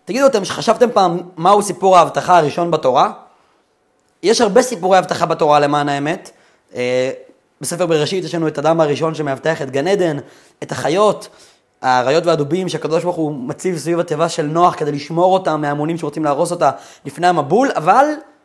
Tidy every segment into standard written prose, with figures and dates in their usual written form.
תגידו אתם שחשבתם פעם מהו סיפור ההבטחה הראשון בתורה? יש הרבה סיפורי הבטחה בתורה למען האמת. בספר בראשית יש לנו את אדם הראשון שמאבטח את גן עדן, את החיות, האריות והדובים שהקדוש ברוך הוא מציב סביב התיבה של נוח כדי לשמור אותם מהמונים שרוצים להרוס אותה לפני המבול, אבל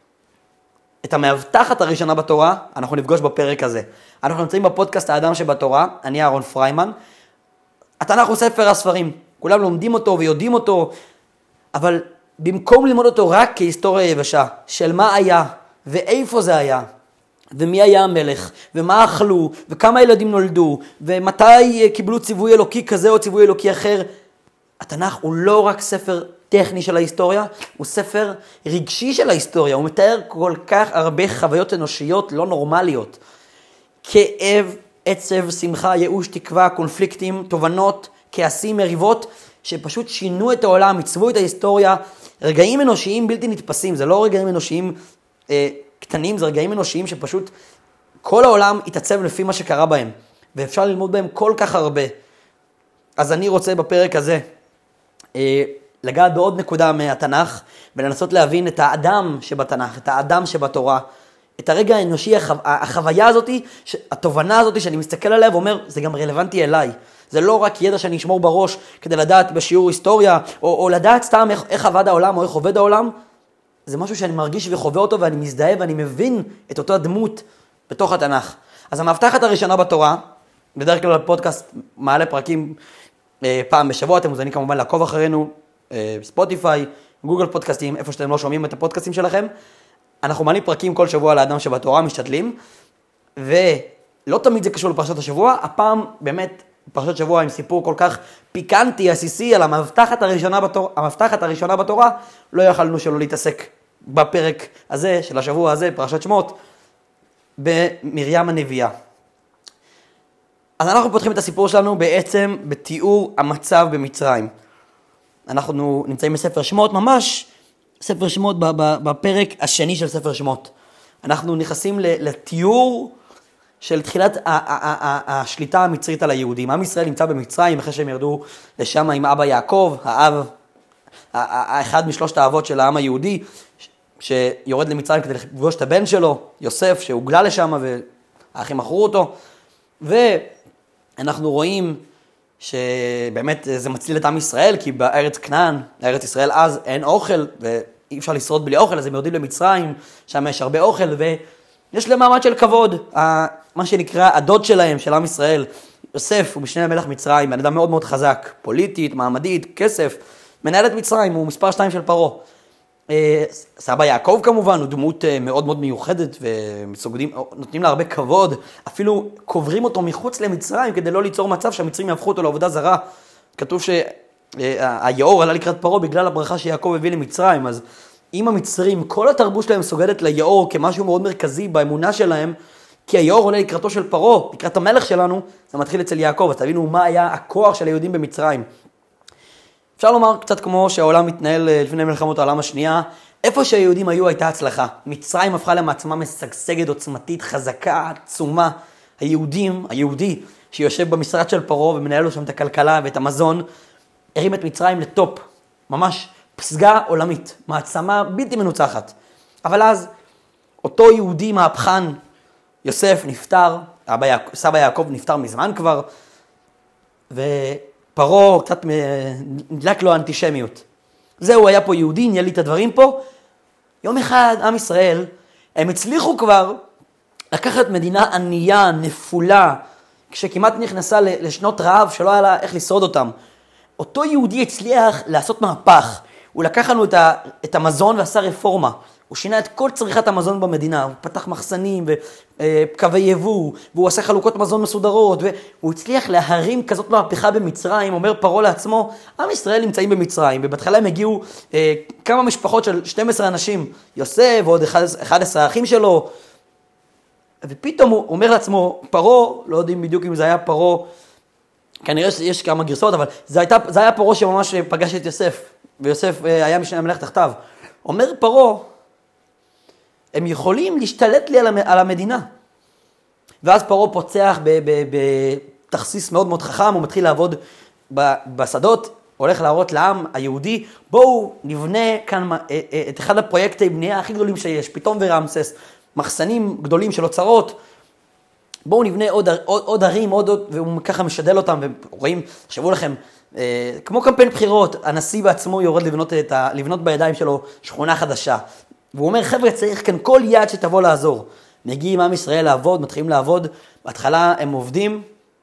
את המאבטחת הראשונה בתורה אנחנו נפגוש בפרק הזה. אנחנו נמצאים בפודקאסט האדם שבתורה, אני אהרון פריימן. התנ"ך הוא ספר הספרים, כולם לומדים אותו ויודעים אותו, אבל במקום ללמוד אותו רק כהיסטוריה יבשה, של מה היה ואיפה זה היה, ומי היה המלך, ומה אכלו, וכמה ילדים נולדו, ומתי קיבלו ציווי אלוקי כזה או ציווי אלוקי אחר, התנ"ך הוא לא רק ספר טכני של ההיסטוריה, הוא ספר רגשי של ההיסטוריה, הוא מתאר כל כך הרבה חוויות אנושיות לא נורמליות. כאב, עצב, שמחה, ייאוש, תקווה, קונפליקטים, תובנות, כעסים, מריבות, שפשוט שינו את העולם, עיצבו את ההיסטוריה, רגעים אנושיים בלתי נתפסים, זה לא רגעים אנושיים קטנים, זה רגעים אנושיים שפשוט כל העולם התעצב לפי מה שקרה בהם, ואפשר ללמוד בהם כל כך הרבה. אז אני רוצה בפרק הזה לגעת בעוד נקודה מהתנ"ך, ולנסות להבין את האדם שבתנ"ך, את האדם שבתורה, את הרגע האנושי, החוויה הזאת, התובנה הזאת שאני מסתכל עליה ואומר, זה גם רלוונטי אליי. זה לא רק ידע שאני אשמור בראש כדי לדעת בשיעור היסטוריה, או לדעת סתם איך עבד העולם או איך עובד העולם. זה משהו שאני מרגיש וחווה אותו ואני מזדהה ואני מבין את אותו הדמות בתוך התנ"ך. אז המאבטחת הראשונה בתורה, בדרך כלל הפודקאסט מעלה פרקים פעם בשבוע, אתם מוזמנים כמובן לעקוב אחרינו, ספוטיפיי, גוגל פודקאסטים, איפה שאתם לא שומעים את הפודקאסטים שלכם. אנחנו מעלים פרקים כל שבוע לאדם שבתורה, משתדלים, ולא תמיד זה קשור לפרשת השבוע, הפעם באמת פרשת שבוע עם סיפור כל כך פיקנטי, עסיסי, על המאבטחת הראשונה בתורה, לא יכלנו שלא להתעסק בפרק הזה, של השבוע הזה, פרשת שמות, במרים הנביאה. אז אנחנו פותחים את הסיפור שלנו בעצם בתיאור המצב במצרים. אנחנו נמצאים בספר שמות, ממש ספר שמות בפרק השני של ספר שמות. אנחנו נכנסים לתיאור של תחילת השליטה המצרית על היהודים. עם ישראל נמצא במצרים אחרי שהם ירדו לשם עם אבא יעקב, האחד משלושת האבות של העם היהודי, שיורד למצרים כדי לפגוש את הבן שלו, יוסף, שהוגלה לשם והאחים מכרו אותו. ואנחנו רואים שבאמת זה מציל את עם ישראל, כי בארץ כנען, בארץ ישראל אז אין אוכל, ואי אפשר לשרוד בלי אוכל, אז הם יורדים למצרים, שם יש הרבה אוכל, ויש להם מעמד של כבוד. מה שנקרא הדוד שלהם, של עם ישראל, יוסף, הוא משנה למלך מצרים, בן אדם מאוד מאוד חזק, פוליטית, מעמדית, כסף, מנהל את מצרים, הוא מספר 2 של פרעה. סבא יעקב כמובן, הוא דמות מאוד מאוד מיוחדת, ונותנים לה הרבה כבוד, אפילו קוברים אותו מחוץ למצרים, כדי לא ליצור מצב שהמצרים יהפכו אותו לעבודה זרה. כתוב שהיאור עלה לקראת פרעה בגלל הברכה שיעקב הביא למצרים, אז אם המצרים, כל התרבות שלהם סוגדת ליאור כמשהו מאוד מרכזי באמונה שלהם, כי היאור עולה לקראתו של פרעה, לקראת המלך שלנו, זה מתחיל אצל יעקב, אז תבינו מה היה הכוח של היהודים במצרים. אפשר לומר קצת כמו שהעולם מתנהל לפני מלחמות העולם השנייה, איפה שהיהודים היו הייתה הצלחה. מצרים הפכה למעצמה משגשגת, עוצמתית, חזקה, עצומה. היהודי שיושב במשרד של פרעה ומנהל לו שם את הכלכלה ואת המזון, הרים את מצרים לטופ, ממש פסגה עולמית, מעצמה בלתי מנוצחת. אבל אז אותו יהודי מהפכן, יוסף נפטר, סבא יעקב נפטר מזמן כבר, ופרעה קצת נדלק לו האנטישמיות. זהו, היה פה יהודי, ניהל לי את הדברים פה. יום אחד, עם ישראל, הם הצליחו כבר לקחת מדינה ענייה, נפולה, כשכמעט נכנסה לשנות רעב שלא היה לה איך לשרוד אותם. אותו יהודי הצליח לעשות מהפך. הוא לקח לנו את המזון ועשה רפורמה. הוא שינה את כל צריכת המזון במדינה, הוא פתח מחסנים וקווי יבוא, והוא עשה חלוקות מזון מסודרות, והוא הצליח להרים כזאת מהפכה במצרים. אומר פרעה לעצמו, עם ישראל נמצאים במצרים, ובהתחלה הם הגיעו כמה משפחות של 12 אנשים, יוסף ועוד 11 האחים שלו, ופתאום הוא אומר לעצמו, פרעה, לא יודעים בדיוק אם זה היה פרעה, כנראה שיש כמה גרסאות, אבל זה היה פרעה שממש פגש את יוסף, ויוסף היה משנה המלך תחתיו. אומר פרעה, הם יכולים להשתלט לי על המדינה. ואז פרעה פוצח בתכסיס מאוד מאוד חכם, הוא מתחיל לעבוד בשדות, הולך להראות לעם היהודי, בואו נבנה כאן את אחד הפרויקטי בנייה הכי גדולים שיש, פתאום ורמסס, מחסנים גדולים של אוצרות, בואו נבנה עוד ערים, והוא ככה משדל אותם, ורואים, תחשבו לכם, כמו קמפיין בחירות, הנשיא בעצמו יורד לבנות בידיים שלו שכונה חדשה, והוא אומר, חבר'ה, צריך כאן כל יד שתבוא לעזור. מגיעים עם ישראל לעבוד, מתחילים לעבוד, בהתחלה הם עובדים,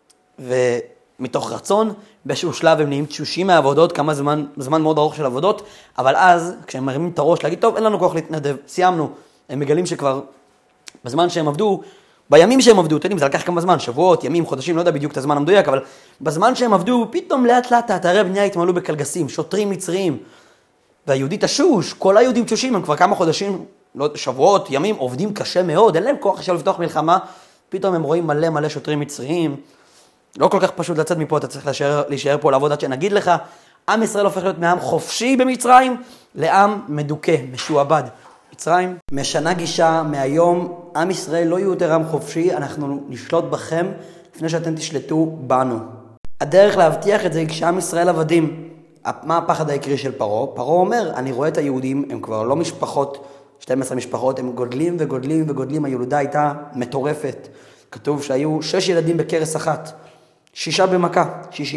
ומתוך רצון, באיזשהו שלב הם נהיים תשושים מהעבודות, כמה זמן מאוד ארוך של עבודות, אבל אז, כשהם מרימים את הראש להגיד, טוב, אין לנו כוח להתנדב, סיימנו, הם מגלים שכבר בזמן שהם עבדו, בימים שהם עבדו, אתם יודעים, זה לקח כמה זמן, שבועות, ימים, חודשים, לא יודע בדיוק את הזמן המדויק, אבל בזמן שהם עבדו, פתאום לאט לאט אתרי בנייה התמלאו בקלגסים, שוטרים מצריים, והיהודי תשוש, כל היהודים תשושים, הם כבר כמה חודשים, לא, שבועות, ימים, עובדים קשה מאוד, אין להם כוח עכשיו לפתוח מלחמה, פתאום הם רואים מלא שוטרים מצריים, לא כל כך פשוט לצאת מפה, אתה צריך להישאר פה לעבוד עד שנגיד לך, עם ישראל הופך להיות מעם חופשי במצרים, לעם מדוכא, משועבד. מצרים משנה גישה מהיום, עם ישראל לא יהיו יותר עם חופשי, אנחנו נשלוט בכם לפני שאתם תשלטו בנו. הדרך להבטיח את זה היא כשעם ישראל עבדים. מה הפחד העיקרי של פרעה? פרעה אומר, אני רואה את היהודים, הם כבר לא משפחות, 12 משפחות, הם גודלים וגודלים וגודלים, הילודה הייתה מטורפת. כתוב שהיו 6 ילדים בקרס אחת, 6 במכה, 6.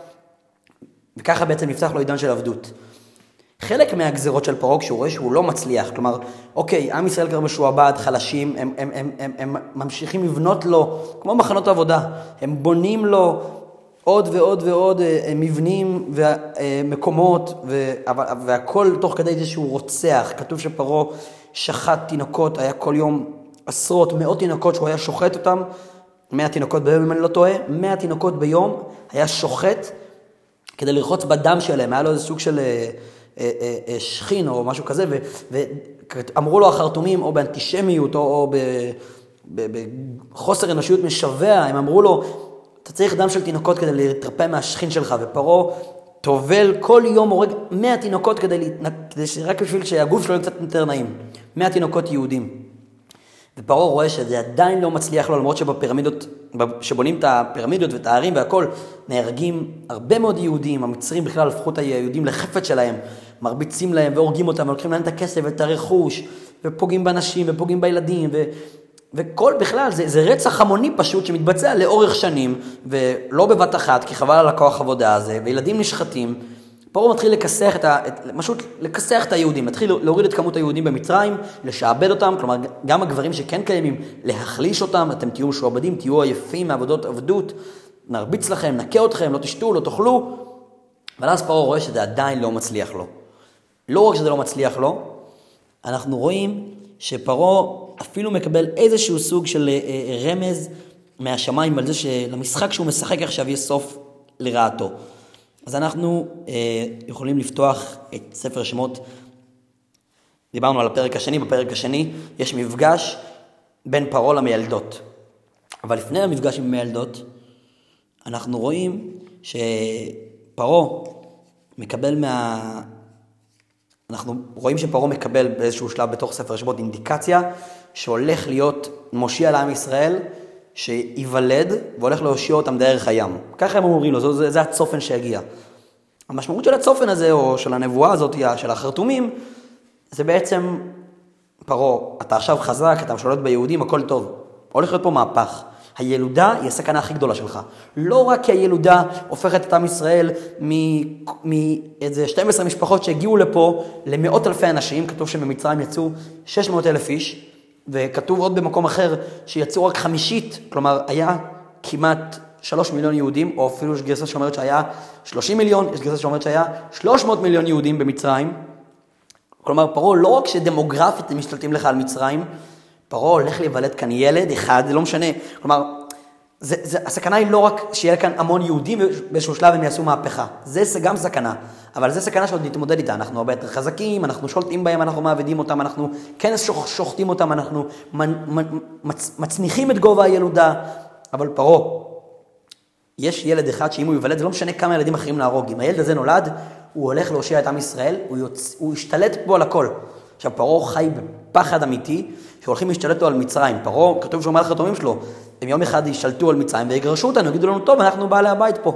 וככה בעצם נפתח לו עידן של עבדות. חלק מהגזרות של פרעה כשהוא רואה שהוא לא מצליח, כלומר, אוקיי, עם ישראל כבר משועבד, חלשים, הם ממשיכים לבנות לו, כמו מחנות עבודה, הם בונים לו עוד ועוד ועוד מבנים ומקומות, והכל תוך כדי זה שהוא רוצח. כתוב שפרעה שחט תינוקות, היה כל יום עשרות, מאות תינוקות שהוא היה שוחט אותם, 100 תינוקות ביום, אם אני לא טועה, 100 תינוקות ביום היה שוחט כדי לרחוץ בדם שלהם, היה לו איזה סוג של שכין או משהו כזה, ואמרו לו החרטומים, או באנטישמיות, או בחוסר אנושיות משווע, הם אמרו לו, אתה צריך דם של תינוקות כדי להתרפא מהשכין שלך, ופרעה טובל כל יום הורג 100 תינוקות רק בשביל שהגוף שלו קצת יותר נעים, 100 תינוקות יהודים. ופרעה רואה שזה עדיין לא מצליח לו, למרות שבפירמידות, שבונים את הפירמידות ואת הערים והכל, נהרגים הרבה מאוד יהודים, המצרים בכלל הפכו את היהודים לחפץ שלהם, מרביצים להם והורגים אותם, ולוקחים להם את הכסף ואת הרכוש, ופוגעים באנשים ופוגעים בילדים, וכל בכלל, זה רצח המוני פשוט שמתבצע לאורך שנים, ולא בבת אחת, כי חבל על הכוח עבודה הזה, וילדים נשחטים. פרעה מתחיל לכסח את היהודים, מתחיל להוריד את כמות היהודים במצרים, לשעבד אותם, כלומר גם הגברים שכן קיימים, להחליש אותם, אתם תהיו משועבדים, תהיו עייפים מעבודות עבדות, נרביץ לכם, נקה אתכם, לא תשתו, לא תאכלו, אבל אז פרעה רואה שזה עדיין לא מצליח לו. לא רק שזה לא מצליח לו, אנחנו רואים שפרעה אפילו מקבל איזשהו סוג של רמז מהשמיים על זה שלמשחק שהוא משחק עכשיו יש סוף לרעתו. אז אנחנו יכולים לפתוח את ספר שמות, דיברנו על הפרק השני, בפרק השני יש מפגש בין פרעה למיילדות. אבל לפני המפגש עם מיילדות, אנחנו רואים שפרעה מקבל אנחנו רואים שפרעה מקבל באיזשהו שלב בתוך ספר שמות אינדיקציה, שהולך להיות מושיע לעם ישראל, שיוולד והולך להושיע אותם דרך הים. ככה הם אומרים לו, זה הצופן שהגיע. המשמעות של הצופן הזה, או של הנבואה הזאת, של החרטומים, זה בעצם פרעה, אתה עכשיו חזק, אתה משולט ביהודים, הכל טוב. הולך להיות פה מהפך. הילודה היא הסכנה הכי גדולה שלך. לא רק כי הילודה הופכת את עם ישראל מאיזה 12 משפחות שהגיעו לפה למאות אלפי אנשים, כתוב שבמצרים יצאו 600,000 איש, וכתוב עוד במקום אחר שיצאו רק 50, כלומר היה כמעט 3 מיליון יהודים, או אפילו יש גרסה שאומרת שהיה 30 מיליון, יש גרסה שאומרת שהיה 300 מיליון יהודים במצרים. כלומר פרעה לא רק שדמוגרפית הם משתלטים לך על מצרים, פרעה הולך להיוולד כאן ילד אחד, זה לא משנה, כלומר הסכנה היא לא רק שיהיה כאן המון יהודים באיזשהו שלב הם יעשו מהפכה, זה גם סכנה, אבל זה סכנה שעוד נתמודד איתה, אנחנו הרבה יותר חזקים, אנחנו שולטים בהם, אנחנו מעבדים אותם, אנחנו כן שוחטים אותם, אנחנו מצניחים את גובה הילודה, אבל פרעה, יש ילד אחד שאם הוא יוולד, זה לא משנה כמה ילדים אחרים להרוג, אם הילד הזה נולד, הוא הולך להושיע את עם ישראל, הוא ישתלט פה על הכל. עכשיו פרעה חי בפחד אמיתי, שהולכים להשתלט לו על מצרים. פרעה, כתוב שהוא אומר לחרטומים שלו, הם יום אחד ישתלטו על מצרים ויגרשו אותנו, יגידו לנו, טוב, אנחנו בעלי הבית פה.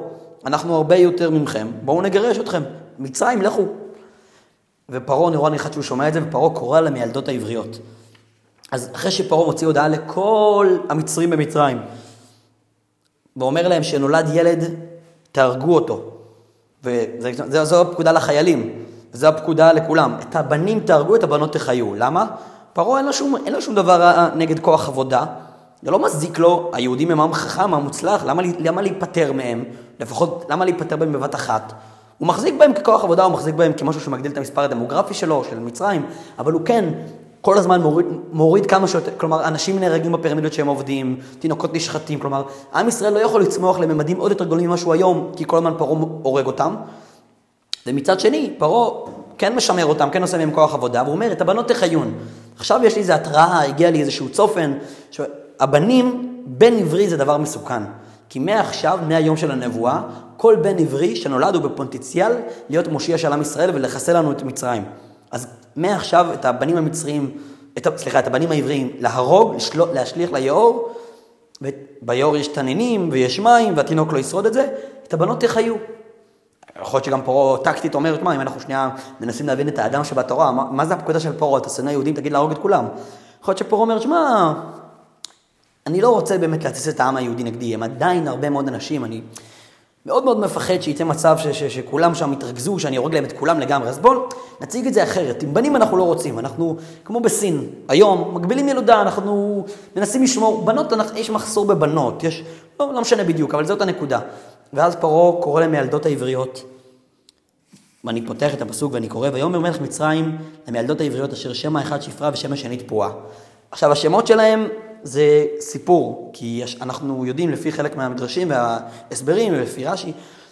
אנחנו הרבה יותר ממכם, בואו נגרש אתכם, מצרים, לכו. ופרעה נורא נחת שהוא שומע את זה, ופרעה קורא למילדות העבריות. אז אחרי שפרעה מוציא הודעה לכל המצרים במצרים, ואומר להם שנולד ילד, תהרגו אותו. וזו הפקודה לחיילים, וזו הפקודה לכולם. את הבנים תהרגו, את הבנות תחיו. למה? פרעה אין לו שום דבר נגד כוח עבודה. זה לא מזיק לו, היהודים הם עם חכם, עם מוצלח, למה להיפטר מהם? לפחות, למה להיפטר בהם בבת אחת? הוא מחזיק בהם ככוח עבודה, הוא מחזיק בהם כמשהו שמגדיל את המספר הדמוגרפי שלו, של מצרים, אבל הוא כן כל הזמן מוריד כמה שיותר, כלומר, אנשים נהרגים בפירמידות שהם עובדים, תינוקות נשחטים, כלומר, עם ישראל לא יכול לצמוח לממדים עוד יותר גדולים ממה שהוא היום, כי כל הזמן פרעה הורג אותם. ומצד שני, פרעה כן משמר אותם, כן עושה מהם כוח עבודה, והוא אומר, את הבנות תחיון. עכשיו יש לי איזו התראה, הגיע לי איזשהו צופן, הבנים, בן עברי זה דבר מסוכן. כי מעכשיו, מהיום של הנבואה, כל בן עברי שנולד הוא בפוטנציאל להיות מושיע של עם ישראל ולחסל לנו את מצרים. אז מעכשיו את הבנים המצריים, את הבנים העבריים, להרוג, להשליך ליאור, וביאור יש תנינים ויש מים, והתינוק לא ישרוד את זה, את הבנות תחיו. יכול להיות שגם פרעה טקטית אומרת, מה, אם אנחנו שנייה מנסים להבין את האדם שבתורה, מה זה הפקודה של פרעה? אתה שונא יהודים, תגיד להרוג את כולם. יכול להיות שפרעה אומר, שמה, אני לא רוצה באמת להתסיס את העם היהודי נגדי, הם עדיין הרבה מאוד אנשים, אני מאוד מאוד מפחד שייצא מצב שכולם שם יתרכזו, שאני אורג להם את כולם לגמרי. אז בואו נציג את זה אחרת. עם בנים אנחנו לא רוצים, אנחנו כמו בסין, היום מגבילים ילודה, אנחנו מנסים לשמור, בנות, יש מחסור בבנות, לא משנה בדיוק, אבל זאת הנקודה. ואז פרעה קורא להם מילדות העבריות, ואני פותח את הפסוק ואני קורא, ויאמר מלך מצרים למילדות העבריות אשר שם האחד שפרה ושם השני תפועה. עכשיו השמות שלהם זה סיפור, כי אנחנו יודעים לפי חלק מהמדרשים וההסברים ולפי רש"י,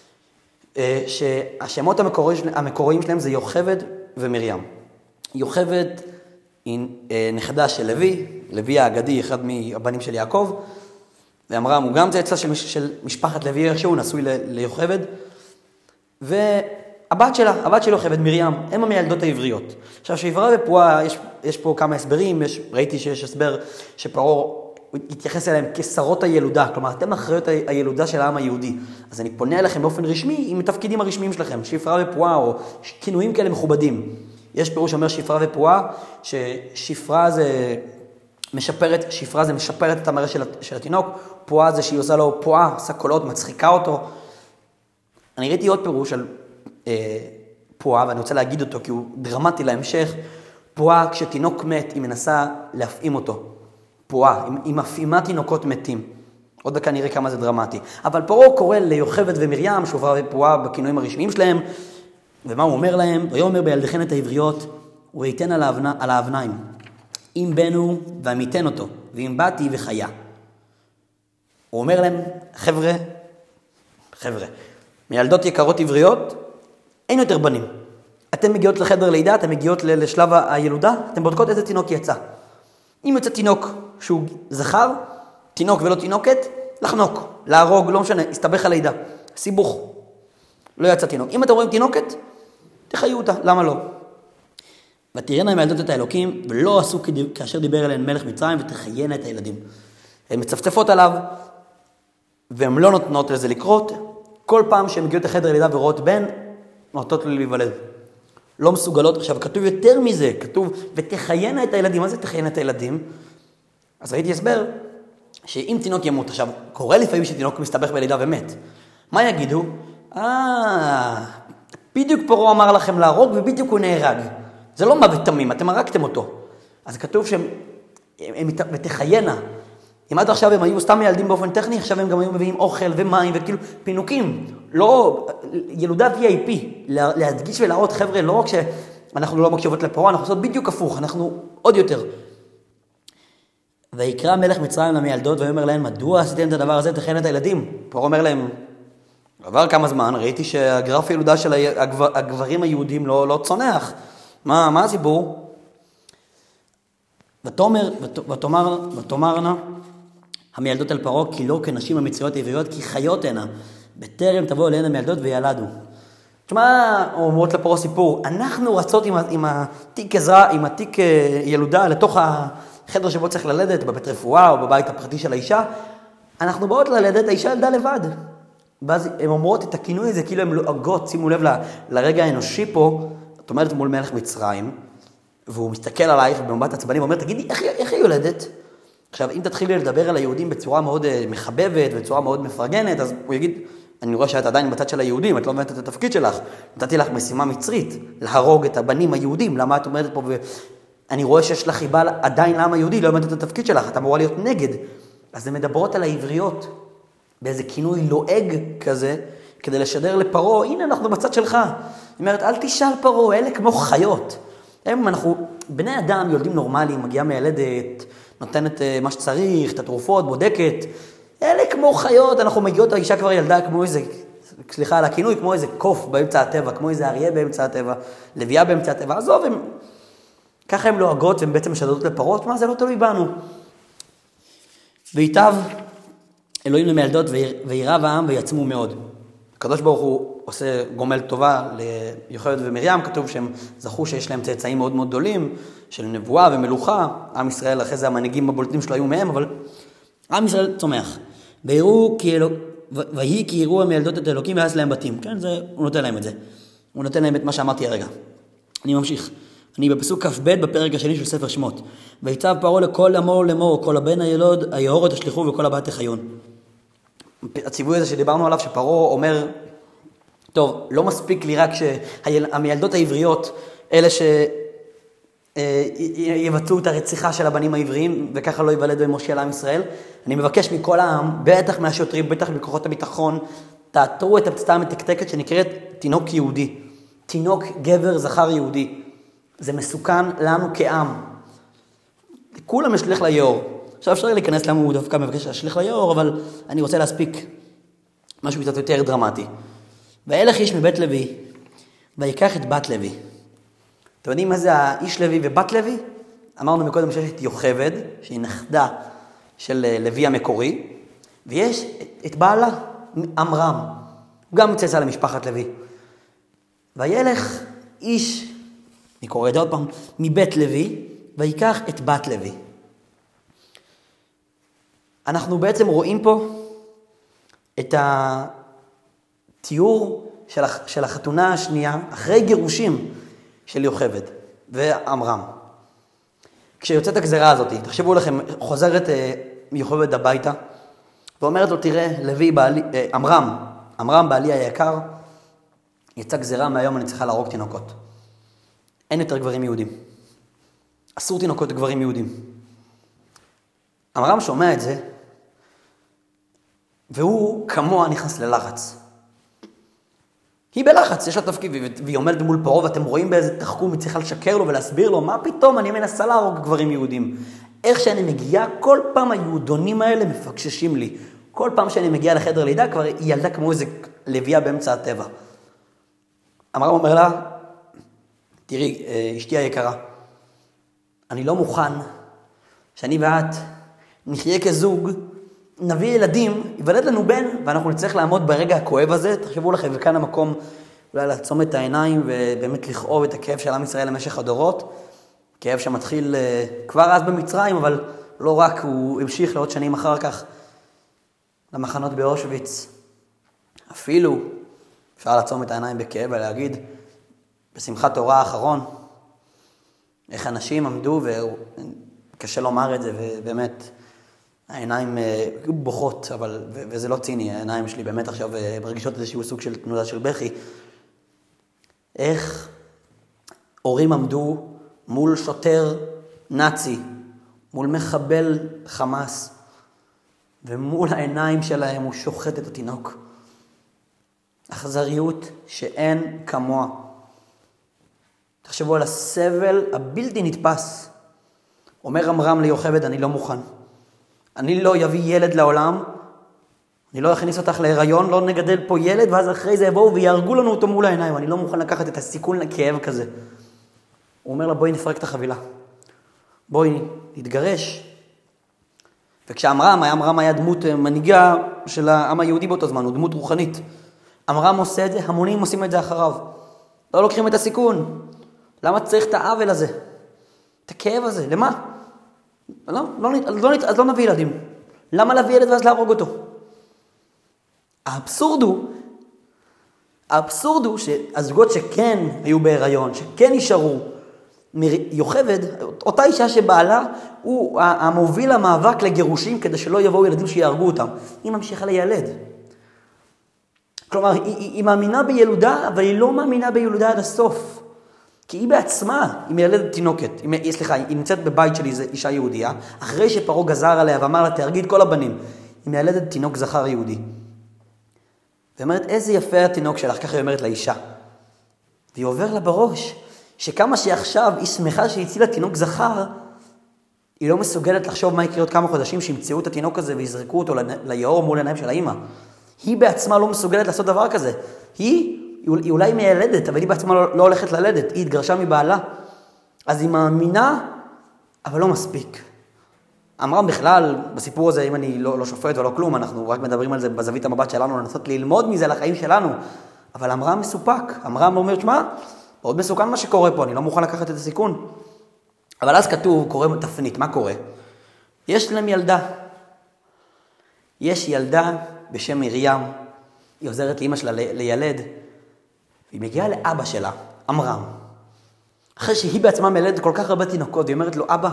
שהשמות המקוריים שלהם זה יוכבד ומרים. יוכבד היא נכדה של לוי האגדי, אחד מהבנים של יעקב, ואמרם הוא גם צאצא של משפחת לוי, איכשהו נשוי ליוכבד, והבת שלו יוכבד מרים, הם המילדות העבריות. עכשיו שעברה ופועה, יש פה כמה הסברים, ראיתי שיש הסבר שפרעה התייחס אליהם כשרות הילודה, כלומר אתם אחריות הילודה של העם היהודי, אז אני פונה אליכם באופן רשמי עם התפקידים הרשמיים שלכם, שפרה ופועה או כינויים כאלה מכובדים. יש פירוש שאומר שפרה ופועה, ששפרה זה משפרת את המראה של התינוק, פועה זה שהיא עושה לו פועה, עושה קולות, מצחיקה אותו. אני ראיתי עוד פירוש על פועה, ואני רוצה להגיד אותו כי הוא דרמטי להמשך. פועה, כשתינוק מת, היא מנסה להפעים אותו. פועה, היא מפעימה תינוקות מתים. עוד דקה נראה כמה זה דרמטי. אבל פרעה קורא ליוכבד ומרים, שופרה ופועה בכינויים הרשמיים שלהם, ומה הוא אומר להם? ויאמר בילדיכן את העבריות, הוא ייתן על האבניים. אם בנו ועמיתן אותו, ואם באתי וחיה. הוא אומר להם, חבר'ה, מילדות יקרות עבריות, אין יותר בנים. אתן מגיעות לחדר לידה, אתן מגיעות לשלב הילודה, אתן בודקות איזה תינוק יצא. אם יוצא תינוק שהוא זכר, תינוק ולא תינוקת, לחנוק, להרוג, לא משנה, הסתבך הלידה. סיבוך. לא יצא תינוק. אם אתם רואים תינוקת, תחיו אותה, למה לא? ותראינה המילדות את האלוקים, ולא עשו כאשר דיבר אליהן מלך מצרים, ותחיינה את הילדים. הן מצפצפות עליו, והן לא נותנות לזה לקרות. כל פעם שהן מגיעות לחדר לידה ורואות בן, נותנות לו להיוולד. לא מסוגלות. עכשיו, כתוב יותר מזה, כתוב, ותחיינה את הילדים. מה זה תחיינה את הילדים? אז ראיתי הסבר, שאם תינוק ימות, עכשיו, קורה לפעמים שתינוק מסתבך בלידה ומת. מה יגידו? בדיוק פרעה אמר לכם להרוג, ובדיוק הוא נהרג. זה לא מוות תמים, אתם הרגתם אותו. אז כתוב שהם ותחיינה. אם עד עכשיו הם היו סתם ילדים באופן טכני, עכשיו הם גם היו מביאים אוכל ומים וכאילו פינוקים. לא, ילודה VIP, להדגיש ולהראות, חבר'ה, לא רק שאנחנו לא מקשיבות לפרעה, אנחנו עושות בדיוק הפוך, אנחנו עוד יותר. ויקרא מלך מצרים למילדות ואומר להן, מדוע עשיתם את הדבר הזה? תחיינה את הילדים. פרעה אומר להם, עבר כמה זמן, ראיתי שהגרף הילודה של הגברים היהודים לא צונח. מה הסיפור? ותאמרנה המילדות אל פרעה, כי לא כנשים המצריות העבריות, כי חיות הנה, בטרם תבוא אליהן המילדות וילדו. תשמע, אומרות לפרעה סיפור, אנחנו רצות עם התיק עזרה, עם התיק ילודה לתוך החדר שבו צריך ללדת, בבית רפואה או בבית הפרטי של האישה, אנחנו באות ללדת, האישה ילדה לבד. ואז הן אומרות את הכינוי הזה, כאילו הן לועגות, שימו לב לרגע האנושי פה, את אומרת מול מלך מצרים, והוא מסתכל עלייך במבט עצבני, ואומר, תגידי, איך היא יולדת? עכשיו, אם תתחילי לדבר על היהודים בצורה מאוד מחבבת, בצורה מאוד מפרגנת, אז הוא יגיד, אני רואה שאת עדיין בצד של היהודים, את לא מבינת את התפקיד שלך, נתתי לך משימה מצרית, להרוג את הבנים היהודים, למה את אומרת פה, אני רואה שיש לך חיבה עדיין לעם היהודי, לא מבינת את התפקיד שלך, את אמורה להיות נגד. אז הן מדברות על העבריות, באיזה כינוי לועג כזה, כדי לשדר לפרו, הנה אנחנו בצד שלך. היא אומרת, אל תשאל פרו, אלה כמו חיות. אנחנו, בני אדם, יולדים נורמליים, מגיעה מילדת, נותנת מה שצריך, את התרופות, בודקת. אלה כמו חיות, אנחנו מגיעות, האישה כבר ילדה כמו איזה, סליחה על הכינוי, כמו איזה קוף באמצע הטבע, כמו איזה אריה באמצע הטבע, לביאה באמצע הטבע. עזוב, ככה הן לועגות, והן בעצם משדרות לפרות, מה זה לא תלוי בנו. ויטב אלוהים למילדות וירא העם ויצמו מאוד. הקדוש ברוך הוא עושה גומל טובה ליוכבד ומרים, כתוב שהם זכו שיש להם צאצאים מאוד מאוד גדולים, של נבואה ומלוכה, עם ישראל אחרי זה המנהיגים הבולטים שלו היו מהם, אבל עם ישראל צומח. ויהי כי יראו המילדות את אלוקים ויעש להם בתים. כן, הוא נותן להם את זה. הוא נותן להם את מה שאמרתי הרגע. אני ממשיך. אני בפסוק כ"ב בפרק השני של ספר שמות. ויצב פרעה לכל עמו לאמור, כל הבן הילוד היאורו תשליכו וכל הבת תחיון. הציווי הזה שדיברנו עליו, שפרעה אומר, טוב, לא מספיק לי רק שהמילדות העבריות, אלה שיבצעו את הרציחה של הבנים העבריים, וככה לא ייוולד במשה לעם ישראל. אני מבקש מכל העם, בטח מהשוטרים, בטח מכוחות הביטחון, תעתרו את הפצצה המתקתקת שנקראת תינוק יהודי. תינוק גבר זכר יהודי. זה מסוכן לנו כעם. כולם ישליך ליאור. עכשיו אפשר להיכנס למה הוא דווקא מבקש להשליך ליאור, אבל אני רוצה להספיק משהו קצת יותר דרמטי. וילך איש מבית לוי, ויקח את בת לוי. אתם יודעים מה זה האיש לוי ובת לוי? אמרנו מקודם שיש את יוכבד, שהיא נכדה של לוי המקורי, ויש את בעלה, אמרם. הוא גם מצאצא למשפחת לוי. וילך איש, אני קורא את זה עוד פעם, מבית לוי, ויקח את בת לוי. אנחנו בעצם רואים פה את התיאור של החתונה השנייה, אחרי גירושים של יוכבד ואמרם. כשיוצאת הגזרה הזאת, תחשבו לכם, חוזרת יוכבד הביתה, ואומרת לו, תראה, לוי בעלי, אמרם בעלי היקר, יצא גזרה מהיום אני צריכה להרוג תינוקות. אין יותר גברים יהודים. אסור תינוקות לגברים יהודים. אמרם שומע את זה, והוא כמוה נכנס ללחץ. היא בלחץ, יש לה תפקיד, והיא עומדת מול פרעה, ואתם רואים באיזה תחכום, היא צריכה לשקר לו ולהסביר לו, מה פתאום אני מנסה להרוג גברים יהודים. איך שאני מגיעה, כל פעם היהודונים האלה מפקששים לי. כל פעם שאני מגיעה לחדר לידה, כבר היא ילדה כמו איזה לביאה באמצע הטבע. אמרם אומר לה, תראי, אשתי היקרה, אני לא מוכן שאני ואת נחיה כזוג, נביא ילדים, יוולד לנו בן, ואנחנו נצטרך לעמוד ברגע הכואב הזה. תחשבו לכם, וכאן המקום אולי לעצום את העיניים, ובאמת לכאוב את הכאב של עם ישראל למשך הדורות. כאב שמתחיל כבר אז במצרים, אבל לא רק, הוא המשיך לעוד שנים אחר כך, למחנות באושוויץ. אפילו אפשר לעצום את העיניים בכאב ולהגיד, בשמחת תורה האחרון, איך אנשים עמדו, וקשה לומר את זה, ובאמת, העיניים בוכות, וזה לא ציני, העיניים שלי באמת עכשיו מרגישות איזשהו סוג של תנודה של בכי. איך הורים עמדו מול שוטר נאצי, מול מחבל חמאס, ומול העיניים שלהם הוא שוחט את התינוק. אכזריות שאין כמוה. תחשבו על הסבל הבלתי נתפס. אומר אמרם ליוכבד, אני לא מוכן. אני לא יביא ילד לעולם, אני לא אכניס אותך להיריון, לא נגדל פה ילד, ואז אחרי זה יבואו ויהרגו לנו אותו מול העיניים. אני לא מוכן לקחת את הסיכון לכאב כזה. הוא אומר לה, בואי נפרק את החבילה. בואי נתגרש. וכשאמרם היה דמות מנהיגה של העם היהודי באותו זמן, הוא דמות רוחנית. אמרם עושה את זה, המונים עושים את זה אחריו. לא לוקחים את הסיכון. למה צריך את העוול הזה? את הכאב הזה? למה? אז לא נביא ילדים. למה להביא ילד ואז להרוג אותו? האבסורד הוא שהזוגות שכן היו בהיריון, שכן נשארו, יוכבד, אותה אישה שבעלה הוא המוביל המאבק לגירושים כדי שלא יבואו ילדים שיהרגו אותם, היא ממשיכה לילד. כלומר, היא מאמינה בילודה, אבל היא לא מאמינה בילודה עד הסוף. כי היא בעצמה, היא מיילדת תינוקת, היא נמצאת בבית של אישה יהודיה, אחרי שפרעה גזר עליה ואמר לה, תהרגי את כל הבנים, היא מיילדת תינוק זכר יהודי. ואומרת, איזה יפה התינוק שלך, ככה היא אומרת לאישה. והיא עובר לה בראש, שכמה שעכשיו היא שמחה שהצילה תינוק זכר, היא לא מסוגלת לחשוב מה יקרה עוד כמה חודשים שימצאו את התינוק הזה ויזרקו אותו ליאור מול עיניים של האמא. היא בעצמה לא מסוגלת לעשות דבר כזה. היא אולי מיילדת, אבל היא בעצמה לא הולכת ללדת. היא התגרשה מבעלה. אז היא מאמינה, אבל לא מספיק. אמרם בכלל, בסיפור הזה, אם אני לא שופט ולא כלום, אנחנו רק מדברים על זה בזווית המבט שלנו, לנסות ללמוד מזה לחיים שלנו. אבל אמרם מסופק. אמרם אומר, שמה, מאוד מסוכן מה שקורה פה, אני לא מוכן לקחת את הסיכון. אבל אז כתוב, קורא תפנית, מה קורה? יש להם ילדה. יש ילדה בשם מרים, היא עוזרת לאמא שלה לילד, והיא מגיעה לאבא שלה, אמרם. אחרי שהיא בעצמה מילדת כל כך הרבה תינוקות, היא אומרת לו, אבא,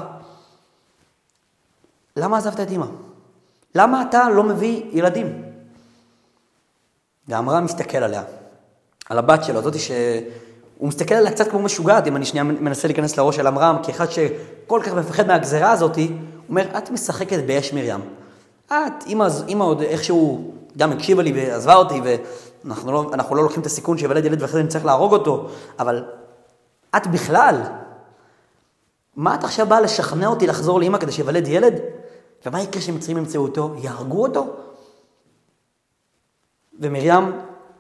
למה עזבת את אמא? למה אתה לא מביא ילדים? ואמרם מסתכל עליה, על הבת שלו, זאת שהוא מסתכל עליה קצת כמו משוגעת, אם אני שנייה מנסה להיכנס לראש של אמרם, כאחד שכל כך מפחד מהגזרה הזאת, הוא אומר, את משחקת באש מרים. אמא עוד איכשהו גם הקשיבה לי ועזבה אותי, ואנחנו לא לוקחים את הסיכון שיוולד ילד ואחרי זה נצטרך להרוג אותו, אבל את בכלל, מה את עכשיו באה לשכנע אותי לחזור לאמא כדי שיוולד ילד? ומה יקרה שמצרים ימצאו אותו? יהרגו אותו? ומרים